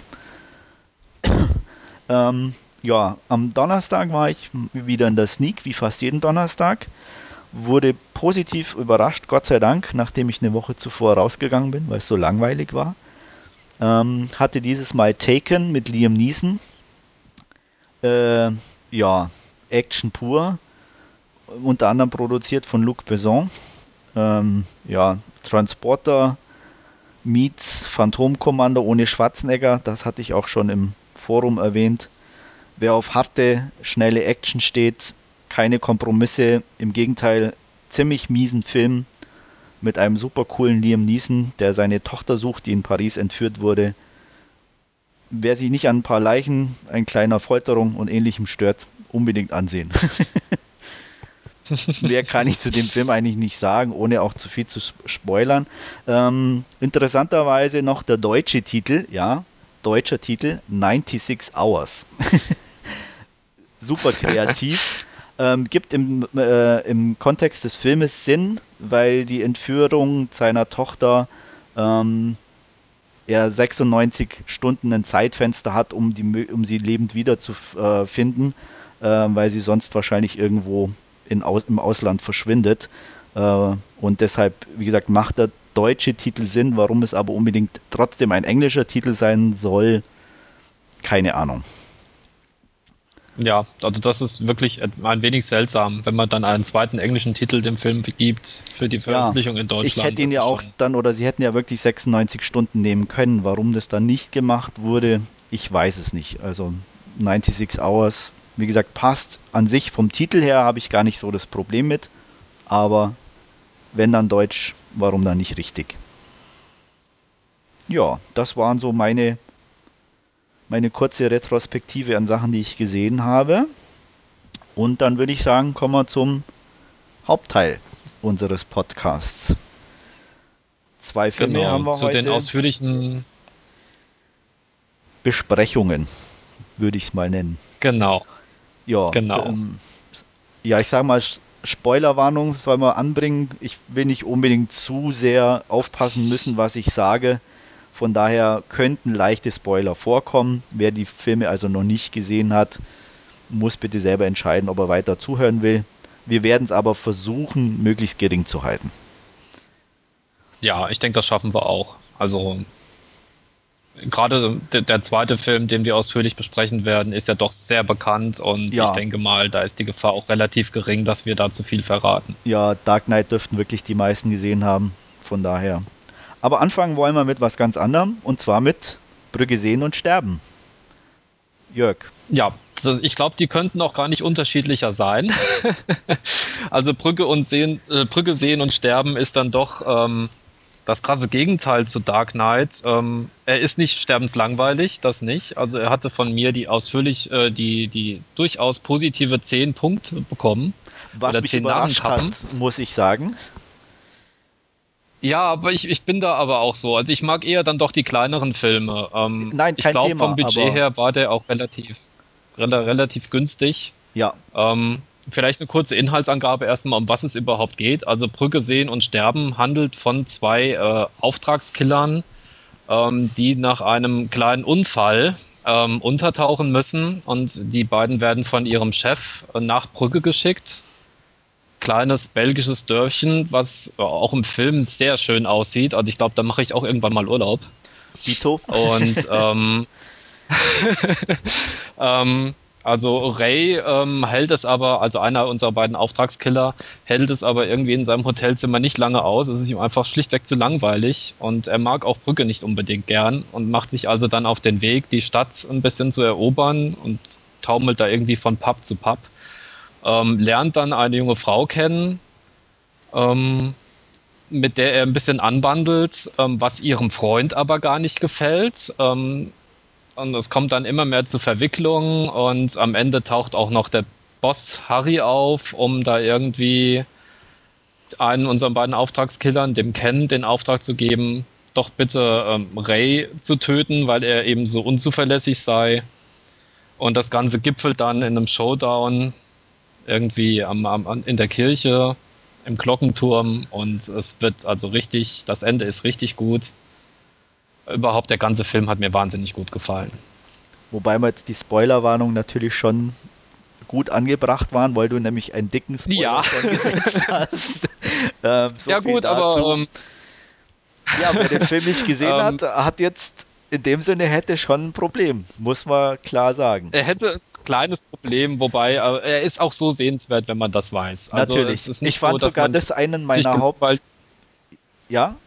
Ja, am Donnerstag war ich wieder in der Sneak, wie fast jeden Donnerstag. Wurde positiv überrascht, Gott sei Dank, nachdem ich eine Woche zuvor rausgegangen bin, weil es so langweilig war. Hatte dieses Mal Taken mit Liam Neeson. Äh, ja, Action pur. Unter anderem produziert von Luc Besson. Ja, Transporter meets Phantomkommando ohne Schwarzenegger. Das hatte ich auch schon im Forum erwähnt. Wer auf harte, schnelle Action steht, keine Kompromisse, im Gegenteil, ziemlich miesen Film mit einem super coolen Liam Neeson, der seine Tochter sucht, die in Paris entführt wurde. Wer sich nicht an ein paar Leichen, ein kleiner Folterung und ähnlichem stört, unbedingt ansehen. Mehr kann ich zu dem Film eigentlich nicht sagen, ohne auch zu viel zu spoilern. Interessanterweise noch der deutsche Titel, ja, deutscher Titel, 96 Hours. Super kreativ. Gibt im Kontext des Filmes Sinn, weil die Entführung seiner Tochter er 96 Stunden ein Zeitfenster hat, um sie lebend wieder zu finden, weil sie sonst wahrscheinlich irgendwo im Ausland verschwindet. Und deshalb, wie gesagt, macht der deutsche Titel Sinn. Warum es aber unbedingt trotzdem ein englischer Titel sein soll, keine Ahnung. Ja, also das ist wirklich ein wenig seltsam, wenn man dann einen zweiten englischen Titel dem Film gibt für die Ja, Veröffentlichung in ich Deutschland. hätte ihn Das ja ist auch schon. dann, oder sie hätten ja wirklich 96 Stunden nehmen können. Warum das dann nicht gemacht wurde, ich weiß es nicht. Also 96 Hours, wie gesagt, passt an sich vom Titel her, habe ich gar nicht so das Problem mit. Aber wenn dann Deutsch, warum dann nicht richtig? Ja, das waren so meine kurze Retrospektive an Sachen, die ich gesehen habe. Und dann würde ich sagen, kommen wir zum Hauptteil unseres Podcasts. Zwei Filme haben Genau, wir zu den heute. ausführlichen, Besprechungen, würde ich es mal nennen. genau, Ja, genau. ja, ich sage mal, Spoilerwarnung soll man anbringen. Ich will nicht unbedingt zu sehr aufpassen müssen, was ich sage. Von daher könnten leichte Spoiler vorkommen. Wer die Filme also noch nicht gesehen hat, muss bitte selber entscheiden, ob er weiter zuhören will. Wir werden es aber versuchen, möglichst gering zu halten. Ja, ich denke, das schaffen wir auch. Also gerade der zweite Film, den wir ausführlich besprechen werden, ist ja doch sehr bekannt und ich Ja, denke mal, da ist die Gefahr auch relativ gering, dass wir da zu viel verraten. ja, Dark Knight dürften wirklich die meisten gesehen haben. Von daher. Aber anfangen wollen wir mit was ganz anderem, und zwar mit Brügge sehen und sterben. Jörg. Ja, ich glaube, die könnten auch gar nicht unterschiedlicher sein. Also Brücke sehen und sterben ist dann doch das krasse Gegenteil zu Dark Knight. Er ist nicht sterbenslangweilig, das nicht. Also er hatte von mir die durchaus positive 10 Punkte bekommen Was oder mich 10 überrascht hat, Narrenkappen. muss ich sagen. Ja, aber ich bin da aber auch so. Also ich mag eher dann doch die kleineren Filme. Nein, Ich kein glaube, vom Thema, Budget aber her war der auch relativ günstig. ja, Vielleicht eine kurze Inhaltsangabe erstmal, um was es überhaupt geht. Also Brücke sehen und sterben handelt von zwei Auftragskillern, die nach einem kleinen Unfall untertauchen müssen und die beiden werden von ihrem Chef nach Brügge geschickt. Kleines belgisches Dörfchen, was auch im Film sehr schön aussieht. Also ich glaube, da mache ich auch irgendwann mal Urlaub. Dito? Und ähm, also Ray hält es aber, also einer unserer beiden Auftragskiller, hält es aber irgendwie in seinem Hotelzimmer nicht lange aus. Es ist ihm einfach schlichtweg zu langweilig und er mag auch Brügge nicht unbedingt gern und macht sich also dann auf den Weg, die Stadt ein bisschen zu erobern und taumelt da irgendwie von Pub zu Pub. Lernt dann eine junge Frau kennen, ähm, mit der er ein bisschen anbandelt, was ihrem Freund aber gar nicht gefällt. Und es kommt dann immer mehr zu Verwicklungen und am Ende taucht auch noch der Boss Harry auf, um da irgendwie einen unserer beiden Auftragskillern, dem Ken, den Auftrag zu geben, doch bitte Ray zu töten, weil er eben so unzuverlässig sei. Und das Ganze gipfelt dann in einem Showdown irgendwie in der Kirche, im Glockenturm und es wird also richtig, das Ende ist richtig gut. Überhaupt der ganze Film hat mir wahnsinnig gut gefallen. Wobei wir jetzt die Spoilerwarnung natürlich schon gut angebracht waren, weil du nämlich einen dicken Spoiler Ja, schon gesetzt hast. So ja viel gut, aber dazu. Ja, wer den Film nicht gesehen ähm, hat, hat jetzt in dem Sinne hätte schon ein Problem, muss man klar sagen. er hätte ein kleines Problem, wobei er ist auch so sehenswert, wenn man das weiß. Also es Natürlich. ist Ich nicht so, fand dass sogar man das einen sich meiner gelangweilt, Ja,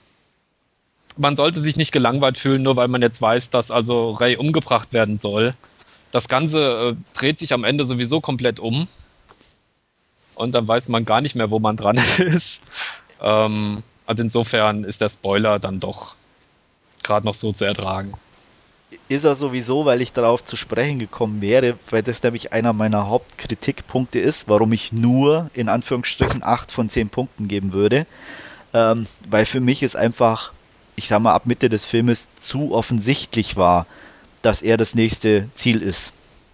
man sollte sich nicht gelangweilt fühlen, nur weil man jetzt weiß, dass also Ray umgebracht werden soll. Das Ganze dreht sich am Ende sowieso komplett um und dann weiß man gar nicht mehr, wo man dran ist. Also insofern ist der Spoiler dann doch gerade noch so zu ertragen. ist er sowieso, weil ich darauf zu sprechen gekommen wäre, weil das nämlich einer meiner Hauptkritikpunkte ist, warum ich nur in Anführungsstrichen 8 von 10 Punkten geben würde. Weil für mich ist einfach, ich sag mal, ab Mitte des Filmes zu offensichtlich war, dass er das nächste Ziel ist.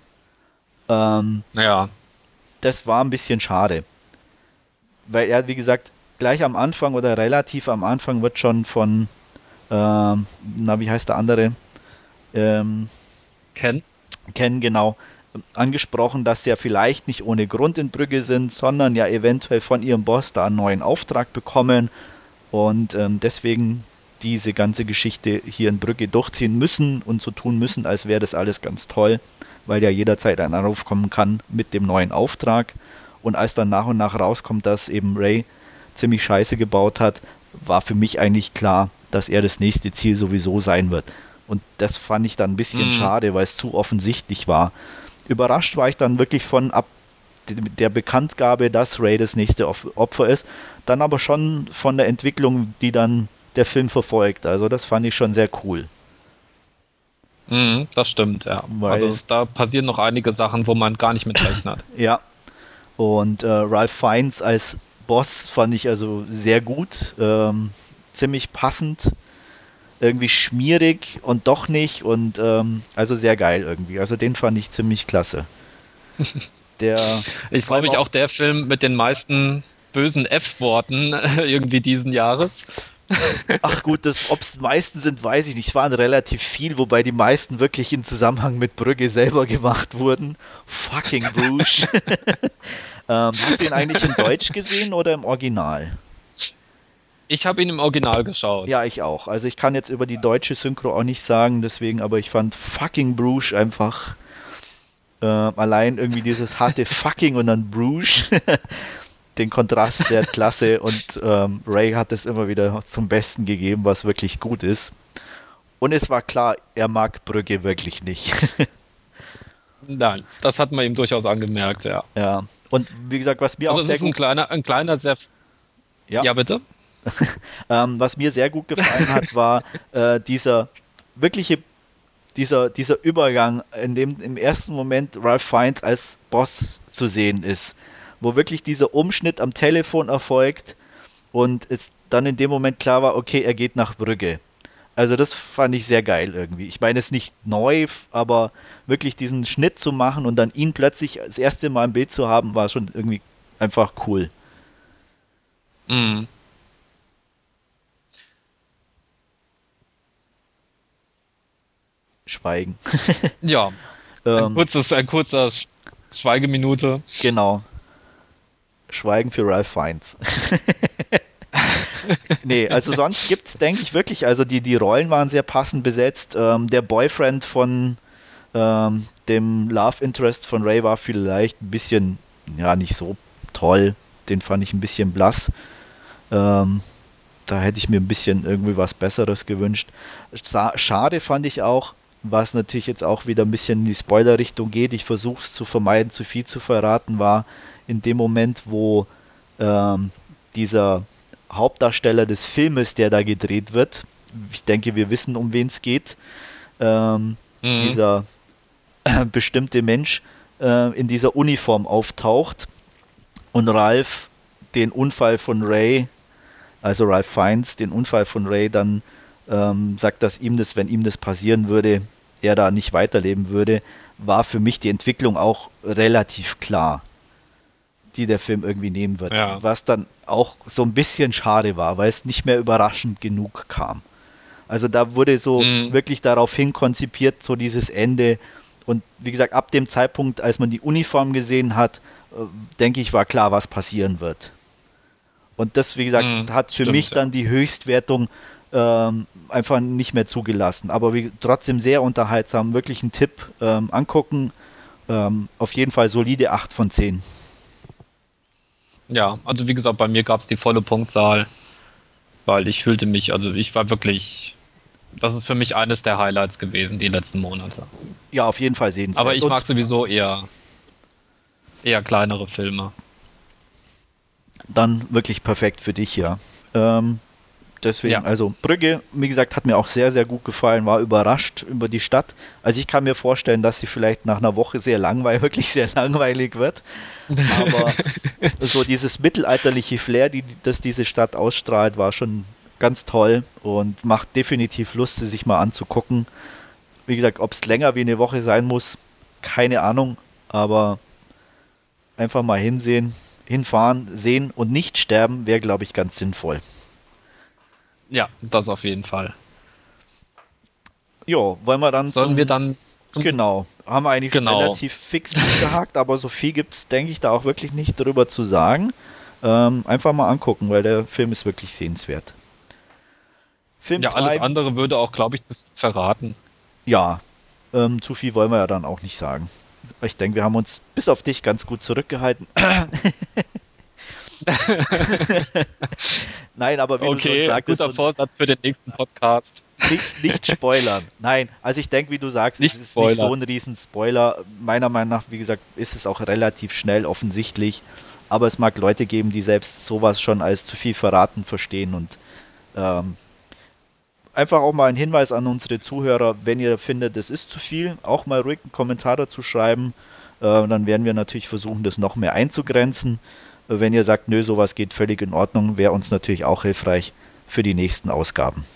Ähm, Ja, Das war ein bisschen schade. Weil er, wie gesagt, gleich am Anfang oder relativ am Anfang wird schon von, na, wie heißt der andere? Ähm, Ken. Ken genau angesprochen, dass sie ja vielleicht nicht ohne Grund in Brügge sind, sondern ja eventuell von ihrem Boss da einen neuen Auftrag bekommen und deswegen diese ganze Geschichte hier in Brügge durchziehen müssen und so tun müssen, als wäre das alles ganz toll, weil ja jederzeit ein Anruf kommen kann mit dem neuen Auftrag. Und als dann nach und nach rauskommt, dass eben Ray ziemlich Scheiße gebaut hat, war für mich eigentlich klar, dass er das nächste Ziel sowieso sein wird. Und das fand ich dann ein bisschen Mhm. schade, weil es zu offensichtlich war. Überrascht war ich dann wirklich von ab der Bekanntgabe, dass Ray das nächste Opfer ist, dann aber schon von der Entwicklung, die dann der Film verfolgt. Also das fand ich schon sehr cool. Mhm, das stimmt, ja. Also Weil, da passieren noch einige Sachen, wo man gar nicht mit rechnet. ja, und Ralph Fiennes als Boss fand ich also sehr gut, ziemlich passend, irgendwie schmierig und doch nicht und also sehr geil irgendwie. Also den fand ich ziemlich klasse. Der Ist, vor allem glaube ich, auch auch der Film mit den meisten bösen F-Worten irgendwie diesen Jahres. Ach gut, ob es meisten sind, weiß ich nicht. Es waren relativ viel, wobei die meisten wirklich in Zusammenhang mit Brügge selber gemacht wurden. Fucking Bruges. Hast du ihn eigentlich in Deutsch gesehen oder im Original? Ich habe ihn im Original geschaut. Ja, ich auch. Also ich kann jetzt über die deutsche Synchro auch nicht sagen, deswegen, aber ich fand fucking Bruges einfach allein irgendwie dieses harte fucking und dann Bruges, den Kontrast sehr klasse und Ray hat es immer wieder zum Besten gegeben, was wirklich gut ist. Und es war klar, er mag Brügge wirklich nicht. Nein, das hat man ihm durchaus angemerkt, ja. Ja. Und wie gesagt, was mir Also auch es sehr ist gut, ein kleiner, sehr. ja, Ja, bitte? was mir sehr gut gefallen hat, war dieser wirkliche, dieser Übergang, in dem im ersten Moment Ralph Fiennes als Boss zu sehen ist, wo wirklich dieser Umschnitt am Telefon erfolgt und es dann in dem Moment klar war, okay, er geht nach Brügge. Also das fand ich sehr geil irgendwie. Ich meine, es ist nicht neu, aber wirklich diesen Schnitt zu machen und dann ihn plötzlich das erste Mal im Bild zu haben, war schon irgendwie einfach cool. Mhm. Schweigen. Ja, Ähm, ein kurzer Schweigeminute. genau. Schweigen für Ralph Fiennes. Nee, also sonst gibt's, denke ich wirklich, also die Rollen waren sehr passend besetzt. Der Boyfriend von dem Love Interest von Ray war vielleicht ein bisschen, ja, nicht so toll. Den fand ich ein bisschen blass. Ähm, Da hätte ich mir ein bisschen irgendwie was Besseres gewünscht. Schade fand ich auch, was natürlich jetzt auch wieder ein bisschen in die Spoiler-Richtung geht. Ich versuche es zu vermeiden, zu viel zu verraten, war in dem Moment, wo ähm, dieser Hauptdarsteller des Filmes, der da gedreht wird, ich denke, wir wissen, um wen es geht, ähm, Mhm. dieser bestimmte Mensch in dieser Uniform auftaucht und Ralph den Unfall von Ray, also Ralph Fiennes, den Unfall von Ray dann sagt, dass ihm das, wenn ihm das passieren würde, er da nicht weiterleben würde, war für mich die Entwicklung auch relativ klar, die der Film irgendwie nehmen wird. Ja. Was dann auch so ein bisschen schade war, weil es nicht mehr überraschend genug kam. Also da wurde so Mhm. wirklich darauf hin konzipiert, so dieses Ende. Und wie gesagt, ab dem Zeitpunkt, als man die Uniform gesehen hat, denke ich, war klar, was passieren wird. Und das, wie gesagt, Mhm. hat für mich Stimmt, ja. dann die Höchstwertung einfach nicht mehr zugelassen. Aber trotzdem sehr unterhaltsam, wirklich ein Tipp angucken. Auf jeden Fall solide 8 von 10. Ja, also wie gesagt, bei mir gab es die volle Punktzahl, weil ich fühlte mich, also ich war wirklich, das ist für mich eines der Highlights gewesen, die letzten Monate. Ja, auf jeden Fall Aber sehenswert. ich mag Und sowieso eher kleinere Filme. dann wirklich perfekt für dich, ja. Ähm, Ja. Deswegen, also Brügge, wie gesagt, hat mir auch sehr, sehr gut gefallen, war überrascht über die Stadt. Also ich kann mir vorstellen, dass sie vielleicht nach einer Woche sehr langweilig, wirklich sehr langweilig wird. Aber so dieses mittelalterliche Flair, das diese Stadt ausstrahlt, war schon ganz toll und macht definitiv Lust, sie sich mal anzugucken. Wie gesagt, ob es länger wie eine Woche sein muss, keine Ahnung. Aber einfach mal hinsehen, hinfahren, sehen und nicht sterben, wäre, glaube ich, ganz sinnvoll. Ja, das auf jeden Fall. Jo, wollen wir dann Sollen wir zum dann zum, Genau, haben wir eigentlich genau. relativ fix abgehakt, aber so viel gibt es, denke ich, da auch wirklich nicht drüber zu sagen. Einfach mal angucken, weil der Film ist wirklich sehenswert. Film Ja, alles 2, andere würde auch, glaube ich, zu viel verraten. ja, zu viel wollen wir ja dann auch nicht sagen. Ich denke, wir haben uns bis auf dich ganz gut zurückgehalten. Nein, aber wie du schon Okay, sagtest, guter so Vorsatz für den nächsten Podcast. nicht spoilern. Nein, also ich denke, wie du sagst, es Nicht ist nicht so spoilern. ein riesen Spoiler. Meiner Meinung nach, wie gesagt, ist es auch relativ schnell offensichtlich. Aber es mag Leute geben, die selbst sowas schon als zu viel verraten verstehen. Und ähm, einfach auch mal ein Hinweis an unsere Zuhörer, wenn ihr findet, es ist zu viel, auch mal ruhig einen Kommentar dazu schreiben. Dann werden wir natürlich versuchen, das noch mehr einzugrenzen. Wenn ihr sagt, nö, sowas geht völlig in Ordnung, wäre uns natürlich auch hilfreich für die nächsten Ausgaben.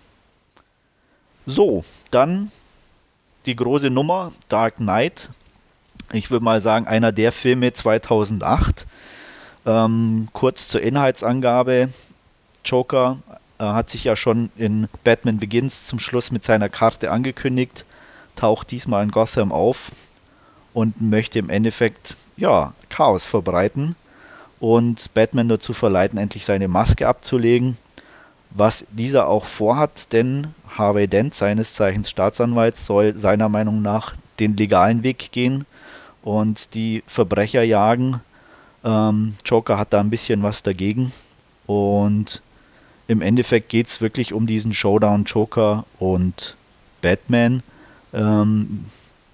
So, dann die große Nummer, Dark Knight. Ich würde mal sagen, einer der Filme 2008. Kurz zur Inhaltsangabe. Joker hat sich ja schon in Batman Begins zum Schluss mit seiner Karte angekündigt, taucht diesmal in Gotham auf und möchte im Endeffekt ja, Chaos verbreiten und Batman dazu verleiten, endlich seine Maske abzulegen. Was dieser auch vorhat, denn Harvey Dent, seines Zeichens Staatsanwalt, soll seiner Meinung nach den legalen Weg gehen und die Verbrecher jagen. Joker hat da ein bisschen was dagegen. Und im Endeffekt geht es wirklich um diesen Showdown Joker und Batman, ähm,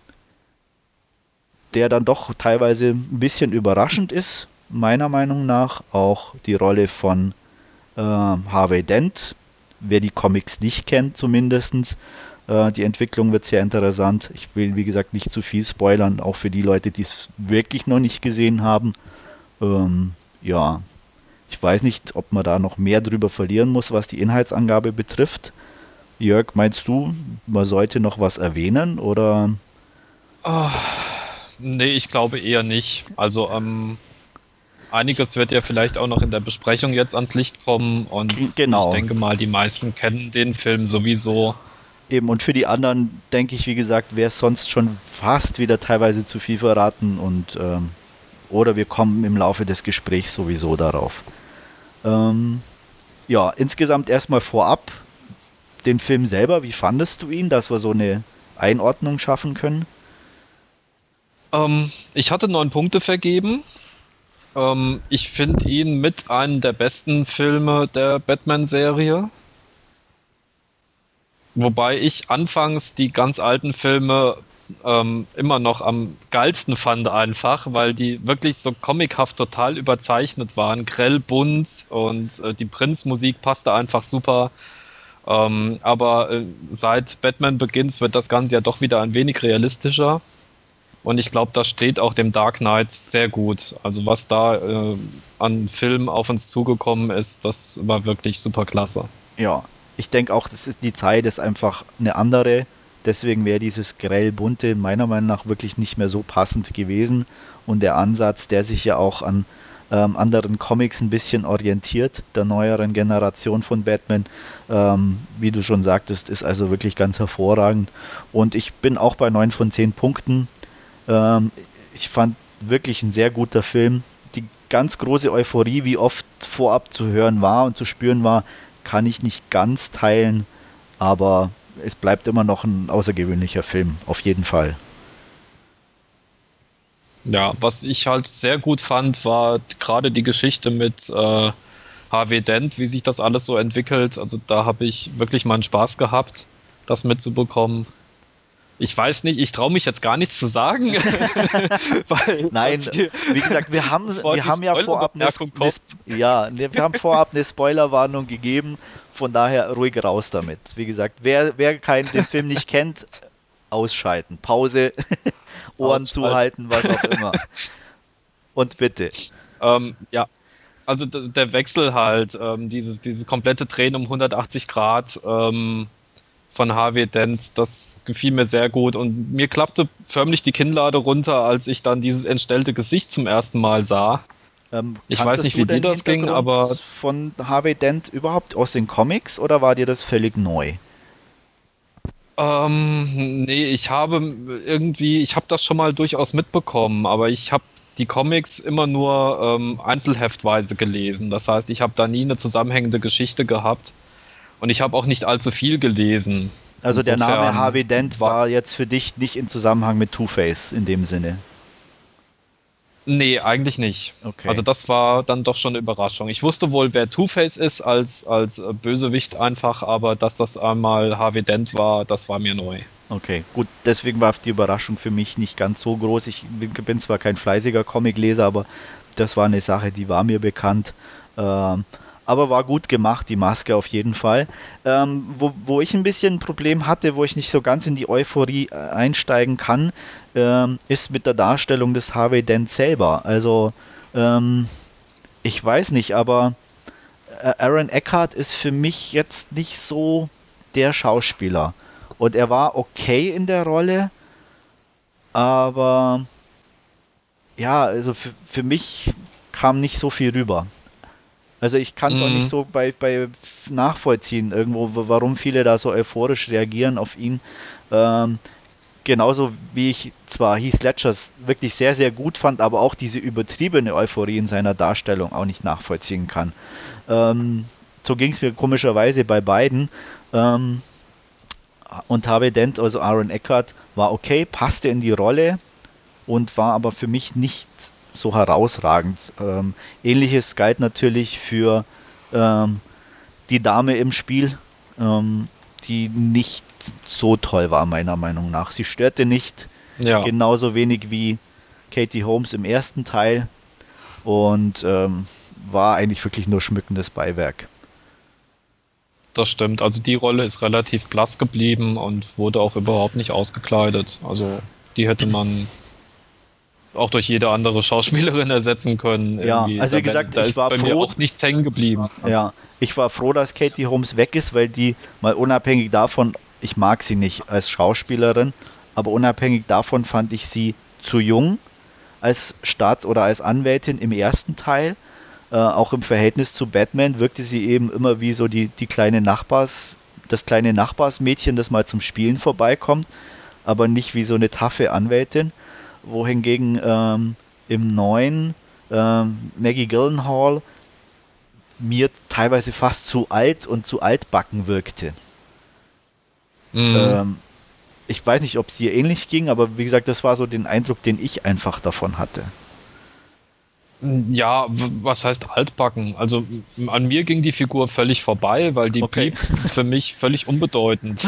der dann doch teilweise ein bisschen überraschend ist, meiner Meinung nach. Auch die Rolle von Harvey Dent, wer die Comics nicht kennt zumindest. Die Entwicklung wird sehr interessant. Ich will, wie gesagt, nicht zu viel spoilern, auch für die Leute, die es wirklich noch nicht gesehen haben. Ja, ich weiß nicht, ob man da noch mehr drüber verlieren muss, was die Inhaltsangabe betrifft. Jörg, meinst du, man sollte noch was erwähnen oder? Ah, nee, ich glaube eher nicht. Also einiges wird ja vielleicht auch noch in der Besprechung jetzt ans Licht kommen und ich Genau. denke mal, die meisten kennen den Film sowieso. Eben, und für die anderen denke ich, wie gesagt, wäre es sonst schon fast wieder teilweise zu viel verraten und oder wir kommen im Laufe des Gesprächs sowieso darauf. Ähm, ja, insgesamt erstmal vorab den Film selber. Wie fandest du ihn, dass wir so eine Einordnung schaffen können? Ich hatte 9 Punkte vergeben. Ich finde ihn mit einem der besten Filme der Batman-Serie. Wobei ich anfangs die ganz alten Filme immer noch am geilsten fand einfach, weil die wirklich so comichaft total überzeichnet waren, grell bunt und die Prince-Musik passte einfach super. Aber seit Batman Begins wird das Ganze ja doch wieder ein wenig realistischer. Und ich glaube, das steht auch dem Dark Knight sehr gut. Also was da an Film auf uns zugekommen ist, das war wirklich super klasse. Ja, ich denke auch, das ist die Zeit ist einfach eine andere. Deswegen wäre dieses grell-bunte meiner Meinung nach wirklich nicht mehr so passend gewesen. Und der Ansatz, der sich ja auch an anderen Comics ein bisschen orientiert, der neueren Generation von Batman, wie du schon sagtest, ist also wirklich ganz hervorragend. Und ich bin auch bei 9 von 10 Punkten. Ähm, ich fand wirklich ein sehr guter Film. Die ganz große Euphorie, wie oft vorab zu hören war und zu spüren war, kann ich nicht ganz teilen, aber es bleibt immer noch ein außergewöhnlicher Film, auf jeden Fall. Ja, was ich halt sehr gut fand, war gerade die Geschichte mit Harvey Dent, wie sich das alles so entwickelt. Also da habe ich wirklich meinen Spaß gehabt, das mitzubekommen. Ich weiß nicht, ich traue mich jetzt gar nichts zu sagen, weil Nein, wie gesagt, bevor wir die haben ja vorab Spoilerbemerkung kommt. wir haben vorab eine Spoilerwarnung gegeben, von daher ruhig raus damit. Wie gesagt, wer den Film nicht kennt, ausschalten, Pause, Ohren Ausschalten. zuhalten, was auch immer. Und bitte. Ja, also der Wechsel halt, diese komplette Drehen um 180 Grad von Harvey Dent, das gefiel mir sehr gut und mir klappte förmlich die Kinnlade runter, als ich dann dieses entstellte Gesicht zum ersten Mal sah. Ich weiß Kanntest nicht, du wie dir den das ging, Hintergrund aber von Harvey Dent überhaupt aus den Comics oder war dir das völlig neu? nee, ich habe das schon mal durchaus mitbekommen, aber ich habe die Comics immer nur einzelheftweise gelesen. Das heißt, ich habe da nie eine zusammenhängende Geschichte gehabt und ich habe auch nicht allzu viel gelesen. Also der Name Insofern Harvey Dent war war es. jetzt für dich nicht in Zusammenhang mit Two-Face in dem Sinne. Nee, eigentlich nicht. Also Okay. das war dann doch schon eine Überraschung. Ich wusste wohl, wer Two-Face ist als Bösewicht einfach, aber dass das einmal Harvey Dent war, das war mir neu. Okay, gut, deswegen war die Überraschung für mich nicht ganz so groß. Ich bin zwar kein fleißiger Comicleser, aber das war eine Sache, die war mir bekannt. Ähm, aber war gut gemacht, die Maske auf jeden Fall. Wo ich ein bisschen ein Problem hatte, wo ich nicht so ganz in die Euphorie einsteigen kann, ist mit der Darstellung des Harvey Dent selber. Also, ähm, ich weiß nicht, aber Aaron Eckhart ist für mich jetzt nicht so der Schauspieler. Und er war okay in der Rolle, aber ja, also für mich kam nicht so viel rüber. Also ich kann es auch nicht Mm, so bei nachvollziehen, irgendwo, warum viele da so euphorisch reagieren auf ihn. Ähm, Genauso wie ich zwar Heath Ledgers wirklich sehr, sehr gut fand, aber auch diese übertriebene Euphorie in seiner Darstellung auch nicht nachvollziehen kann. Ähm, so ging es mir komischerweise bei beiden. Ähm, und Harvey Dent, also Aaron Eckhart, war okay, passte in die Rolle und war aber für mich nicht so herausragend. Ähnliches galt natürlich für ähm, die Dame im Spiel, ähm, die nicht so toll war, meiner Meinung nach. Sie störte nicht ja, genauso wenig wie Katie Holmes im ersten Teil und war eigentlich wirklich nur schmückendes Beiwerk. das stimmt. Also die Rolle ist relativ blass geblieben und wurde auch überhaupt nicht ausgekleidet. Also die hätte man auch durch jede andere Schauspielerin ersetzen können. Ja, Irgendwie. also wie gesagt, Da ich ist war bei mir froh, auch nichts hängen geblieben. ja, ich war froh, dass Katie Holmes weg ist, weil die mal unabhängig davon, ich mag sie nicht als Schauspielerin, aber unabhängig davon fand ich sie zu jung als oder als Anwältin im ersten Teil. Auch im Verhältnis zu Batman wirkte sie eben immer wie so die kleine das kleine Nachbarsmädchen, das mal zum Spielen vorbeikommt, aber nicht wie so eine taffe Anwältin. Wohingegen im neuen Maggie Gyllenhaal mir teilweise fast zu alt und zu altbacken wirkte. Mhm. Ähm, ich weiß nicht, ob es dir ähnlich ging, aber wie gesagt, das war so den Eindruck, den ich einfach davon hatte. Ja, was heißt altbacken? Also an mir ging die Figur völlig vorbei, weil die Okay. blieb für mich völlig unbedeutend.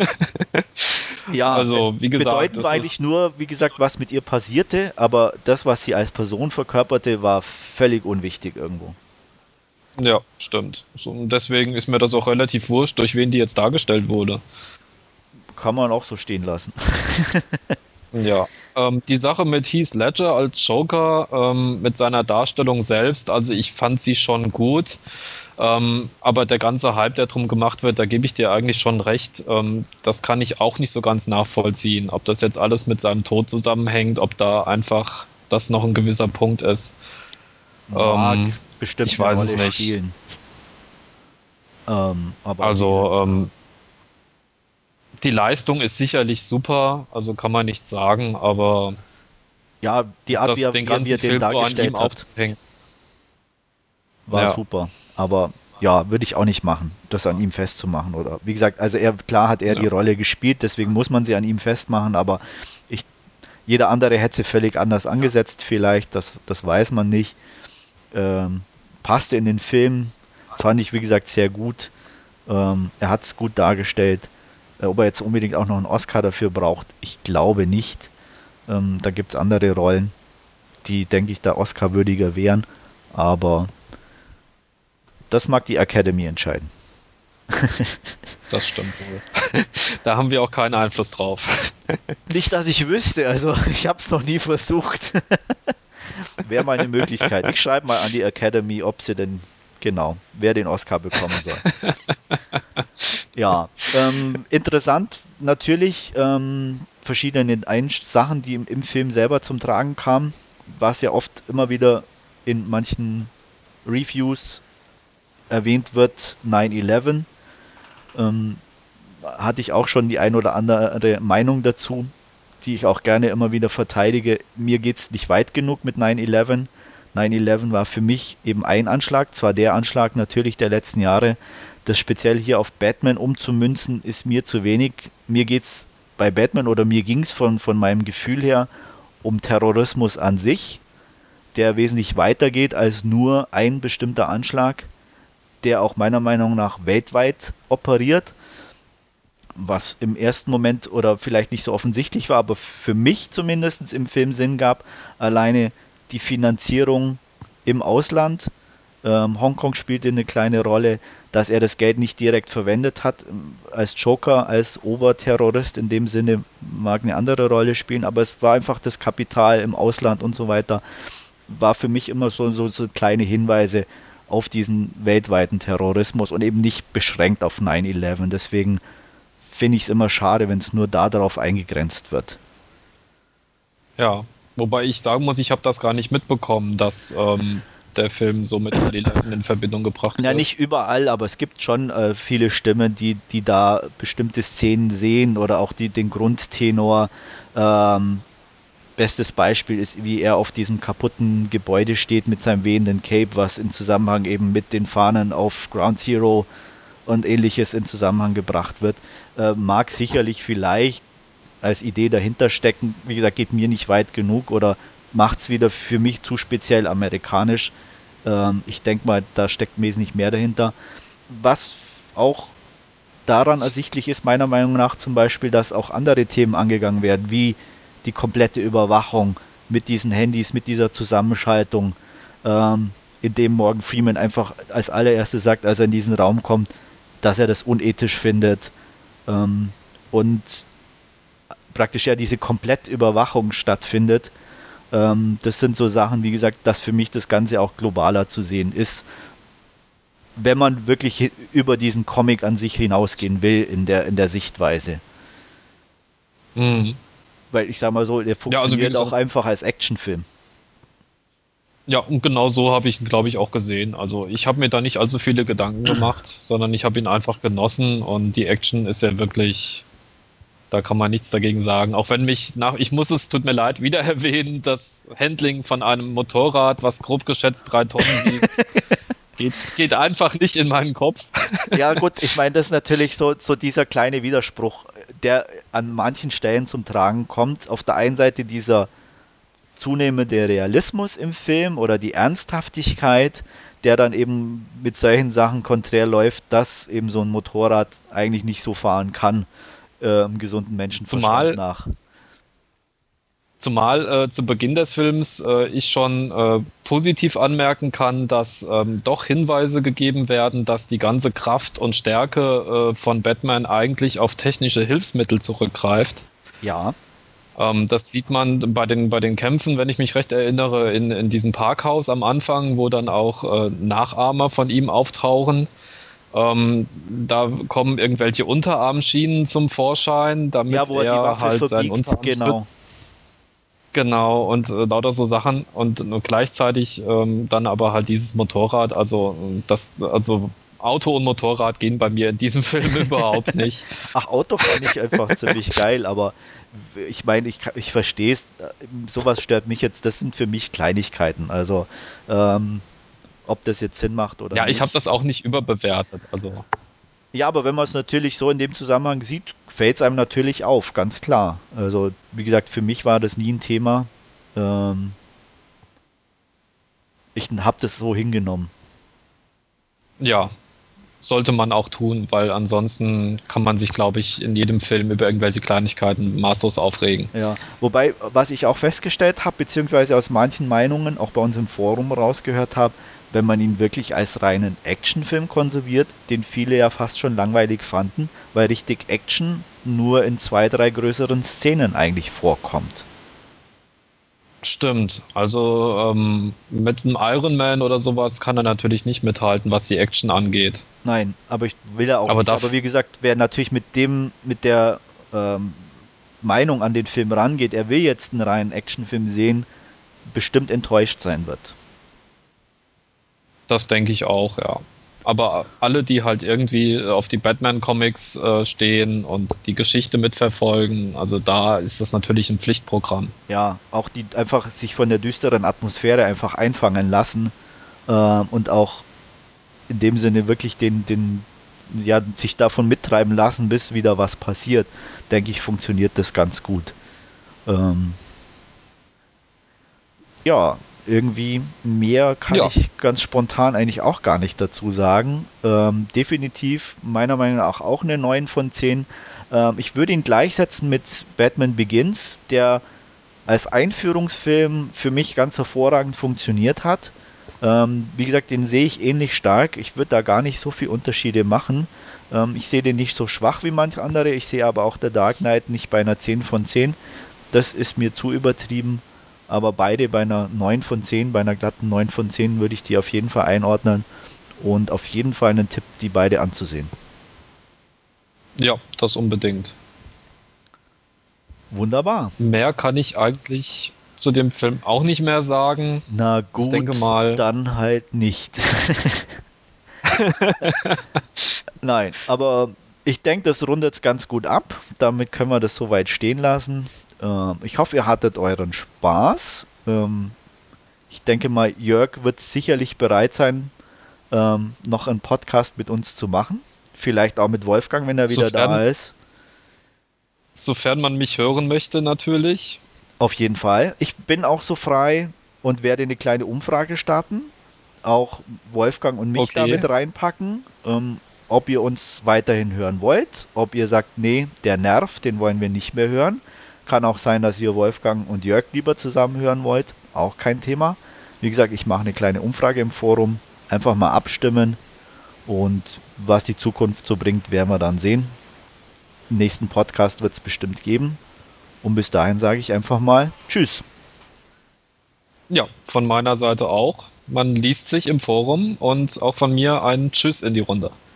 Ja, Also, wie gesagt, bedeutend war es eigentlich ist, nur, wie gesagt, was mit ihr passierte, aber das, was sie als Person verkörperte, war völlig unwichtig irgendwo. ja, stimmt. So, und deswegen ist mir das auch relativ wurscht, durch wen die jetzt dargestellt wurde. Kann man auch so stehen lassen. Ja. Die Sache mit Heath Ledger als Joker, mit seiner Darstellung selbst, also ich fand sie schon gut, aber der ganze Hype, der drum gemacht wird, da gebe ich dir eigentlich schon recht, das kann ich auch nicht so ganz nachvollziehen, ob das jetzt alles mit seinem Tod zusammenhängt, ob da einfach das noch ein gewisser Punkt ist. Mag Ähm, bestimmt ich eine weiß es Rolle nicht. spielen. Aber wie Also gesagt, die Leistung ist sicherlich super, also kann man nicht sagen, aber ja, die Art, das den wie er ganzen den Film nur an ihm dargestellt hat, aufzuhängen. war Ja, super. Aber ja, würde ich auch nicht machen, das an ihm festzumachen. Oder wie gesagt, also klar hat er die ja. Rolle gespielt, deswegen muss man sie an ihm festmachen, aber ich, jeder andere hätte sie völlig anders angesetzt, vielleicht, das weiß man nicht. Passte in den Film, fand ich, wie gesagt, sehr gut. Er hat es gut dargestellt. Ob er jetzt unbedingt auch noch einen Oscar dafür braucht, ich glaube nicht. Da gibt es andere Rollen, die, denke ich, da Oscar-würdiger wären. Aber das mag die Academy entscheiden. Das stimmt wohl. Da haben wir auch keinen Einfluss drauf. Nicht, dass ich wüsste, also ich habe es noch nie versucht. Wäre mal eine Möglichkeit. Ich schreibe mal an die Academy, ob sie denn genau, wer den Oscar bekommen soll. Ja, interessant natürlich verschiedene Sachen, die im Film selber zum Tragen kamen, was ja oft immer wieder in manchen Reviews erwähnt wird, 9/11. Ähm, hatte ich auch schon die ein oder andere Meinung dazu, die ich auch gerne immer wieder verteidige. Mir geht es nicht weit genug mit 9/11. 9/11 war für mich eben ein Anschlag, zwar der Anschlag natürlich der letzten Jahre. Das speziell hier auf Batman umzumünzen, ist mir zu wenig. Mir geht es bei Batman oder mir ging es von meinem Gefühl her um Terrorismus an sich, der wesentlich weiter geht als nur ein bestimmter Anschlag, der auch meiner Meinung nach weltweit operiert, was im ersten Moment oder vielleicht nicht so offensichtlich war, aber für mich zumindest im Film Sinn gab, alleine die Finanzierung im Ausland. Hongkong spielte eine kleine Rolle, dass er das Geld nicht direkt verwendet hat. Als Joker, als Oberterrorist in dem Sinne mag eine andere Rolle spielen, aber es war einfach das Kapital im Ausland und so weiter, war für mich immer so kleine Hinweise auf diesen weltweiten Terrorismus und eben nicht beschränkt auf 9/11. Deswegen finde ich es immer schade, wenn es nur darauf eingegrenzt wird. Ja, wobei ich sagen muss, ich habe das gar nicht mitbekommen, dass der Film so mit 9/11 in Verbindung gebracht Ja, wird. nicht überall, aber es gibt schon viele Stimmen, die da bestimmte Szenen sehen oder auch den Grundtenor. Ähm, Bestes Beispiel ist, wie er auf diesem kaputten Gebäude steht mit seinem wehenden Cape, was in Zusammenhang eben mit den Fahnen auf Ground Zero und ähnliches in Zusammenhang gebracht wird. Mag sicherlich vielleicht als Idee dahinter stecken. Wie gesagt, geht mir nicht weit genug oder macht es wieder für mich zu speziell amerikanisch. Ich denke mal, da steckt wesentlich mehr dahinter. Was auch daran ersichtlich ist, meiner Meinung nach zum Beispiel, dass auch andere Themen angegangen werden, wie die komplette Überwachung mit diesen Handys, mit dieser Zusammenschaltung, in dem Morgan Freeman einfach als allererstes sagt, als er in diesen Raum kommt, dass er das unethisch findet, und praktisch ja diese Komplettüberwachung stattfindet, Das sind so Sachen, wie gesagt, dass für mich das Ganze auch globaler zu sehen ist, wenn man wirklich über diesen Comic an sich hinausgehen will in der Sichtweise. Mhm. Weil ich sag mal so, der Ja, also wie funktioniert auch gesagt, einfach als Actionfilm. ja, und genau so habe ich ihn, glaube ich, auch gesehen. Also ich habe mir da nicht allzu viele Gedanken gemacht, sondern ich habe ihn einfach genossen und die Action ist ja wirklich, da kann man nichts dagegen sagen. Auch wenn ich muss es, tut mir leid, wieder erwähnen, das Handling von einem Motorrad, was grob geschätzt 3 Tonnen wiegt, geht einfach nicht in meinen Kopf. Ja, gut, ich meine, das ist natürlich so dieser kleine Widerspruch, der an manchen Stellen zum Tragen kommt. Auf der einen Seite dieser zunehmende Realismus im Film oder die Ernsthaftigkeit, der dann eben mit solchen Sachen konträr läuft, dass eben so ein Motorrad eigentlich nicht so fahren kann, im gesunden Menschenverstand Zumal nach. Zumal zu Beginn des Films ich schon positiv anmerken kann, dass doch Hinweise gegeben werden, dass die ganze Kraft und Stärke von Batman eigentlich auf technische Hilfsmittel zurückgreift. Ja, Das sieht man bei den Kämpfen, wenn ich mich recht erinnere, in diesem Parkhaus am Anfang, wo dann auch Nachahmer von ihm auftauchen. Da kommen irgendwelche Unterarmschienen zum Vorschein, ja, damit wo er die er Waffe halt seinen verbiegt, Unterarm genau. schützt. Genau, und lauter so Sachen und nur gleichzeitig dann aber halt dieses Motorrad, also Auto und Motorrad gehen bei mir in diesem Film überhaupt nicht. Ach, Auto fand ich einfach ziemlich geil, aber ich meine, ich verstehe es, sowas stört mich jetzt, das sind für mich Kleinigkeiten. Also, ähm, ob das jetzt Sinn macht oder Ja, ich habe nicht. das auch nicht überbewertet. Also Ja, aber wenn man es natürlich so in dem Zusammenhang sieht, fällt es einem natürlich auf, ganz klar. Also, wie gesagt, für mich war das nie ein Thema. Ähm, ich habe das so hingenommen. ja, sollte man auch tun, weil ansonsten kann man sich, glaube ich, in jedem Film über irgendwelche Kleinigkeiten maßlos aufregen. Ja, wobei, was ich auch festgestellt habe, beziehungsweise aus manchen Meinungen, auch bei uns im Forum rausgehört habe, wenn man ihn wirklich als reinen Actionfilm konsumiert, den viele ja fast schon langweilig fanden, weil richtig Action nur in zwei, drei größeren Szenen eigentlich vorkommt. Stimmt. Also mit einem Iron Man oder sowas kann er natürlich nicht mithalten, was die Action angeht. Nein, aber ich will er auch Aber nicht. da Aber wie gesagt, wer natürlich mit der ähm, Meinung an den Film rangeht, er will jetzt einen reinen Actionfilm sehen, bestimmt enttäuscht sein wird. Das denke ich auch, ja. Aber alle, die halt irgendwie auf die Batman-Comics stehen und die Geschichte mitverfolgen, also da ist das natürlich ein Pflichtprogramm. Ja, auch die einfach sich von der düsteren Atmosphäre einfach einfangen lassen und auch in dem Sinne wirklich ja, sich davon mittreiben lassen, bis wieder was passiert, denke ich, funktioniert das ganz gut. Ähm, ja, irgendwie mehr kann Ja, ich ganz spontan eigentlich auch gar nicht dazu sagen. Definitiv meiner Meinung nach auch eine 9 von 10. Ich würde ihn gleichsetzen mit Batman Begins, der als Einführungsfilm für mich ganz hervorragend funktioniert hat. Wie gesagt, den sehe ich ähnlich stark. Ich würde da gar nicht so viel Unterschiede machen. Ich sehe den nicht so schwach wie manche andere. Ich sehe aber auch der Dark Knight nicht bei einer 10 von 10. Das ist mir zu übertrieben. Aber beide bei einer 9 von 10, bei einer glatten 9 von 10 würde ich die auf jeden Fall einordnen. Und auf jeden Fall einen Tipp, die beide anzusehen. ja, das unbedingt. Wunderbar. Mehr kann ich eigentlich zu dem Film auch nicht mehr sagen. Na Ich denke gut, mal, dann halt nicht. Nein, aber ich denke, das rundet es ganz gut ab. Damit können wir das soweit stehen lassen. Ich hoffe, ihr hattet euren Spaß. Ich denke mal, Jörg wird sicherlich bereit sein, noch einen Podcast mit uns zu machen. Vielleicht auch mit Wolfgang, wenn er wieder sofern, da ist. sofern man mich hören möchte, natürlich. Auf jeden Fall. Ich bin auch so frei und werde eine kleine Umfrage starten. Auch Wolfgang und mich Okay. damit reinpacken, ob ihr uns weiterhin hören wollt, ob ihr sagt, nee, der nervt, den wollen wir nicht mehr hören. Kann auch sein, dass ihr Wolfgang und Jörg lieber zusammen hören wollt, auch kein Thema. Wie gesagt, ich mache eine kleine Umfrage im Forum, einfach mal abstimmen und was die Zukunft so bringt, werden wir dann sehen. Im nächsten Podcast wird es bestimmt geben und bis dahin sage ich einfach mal Tschüss. Ja, von meiner Seite auch. Man liest sich im Forum und auch von mir ein Tschüss in die Runde.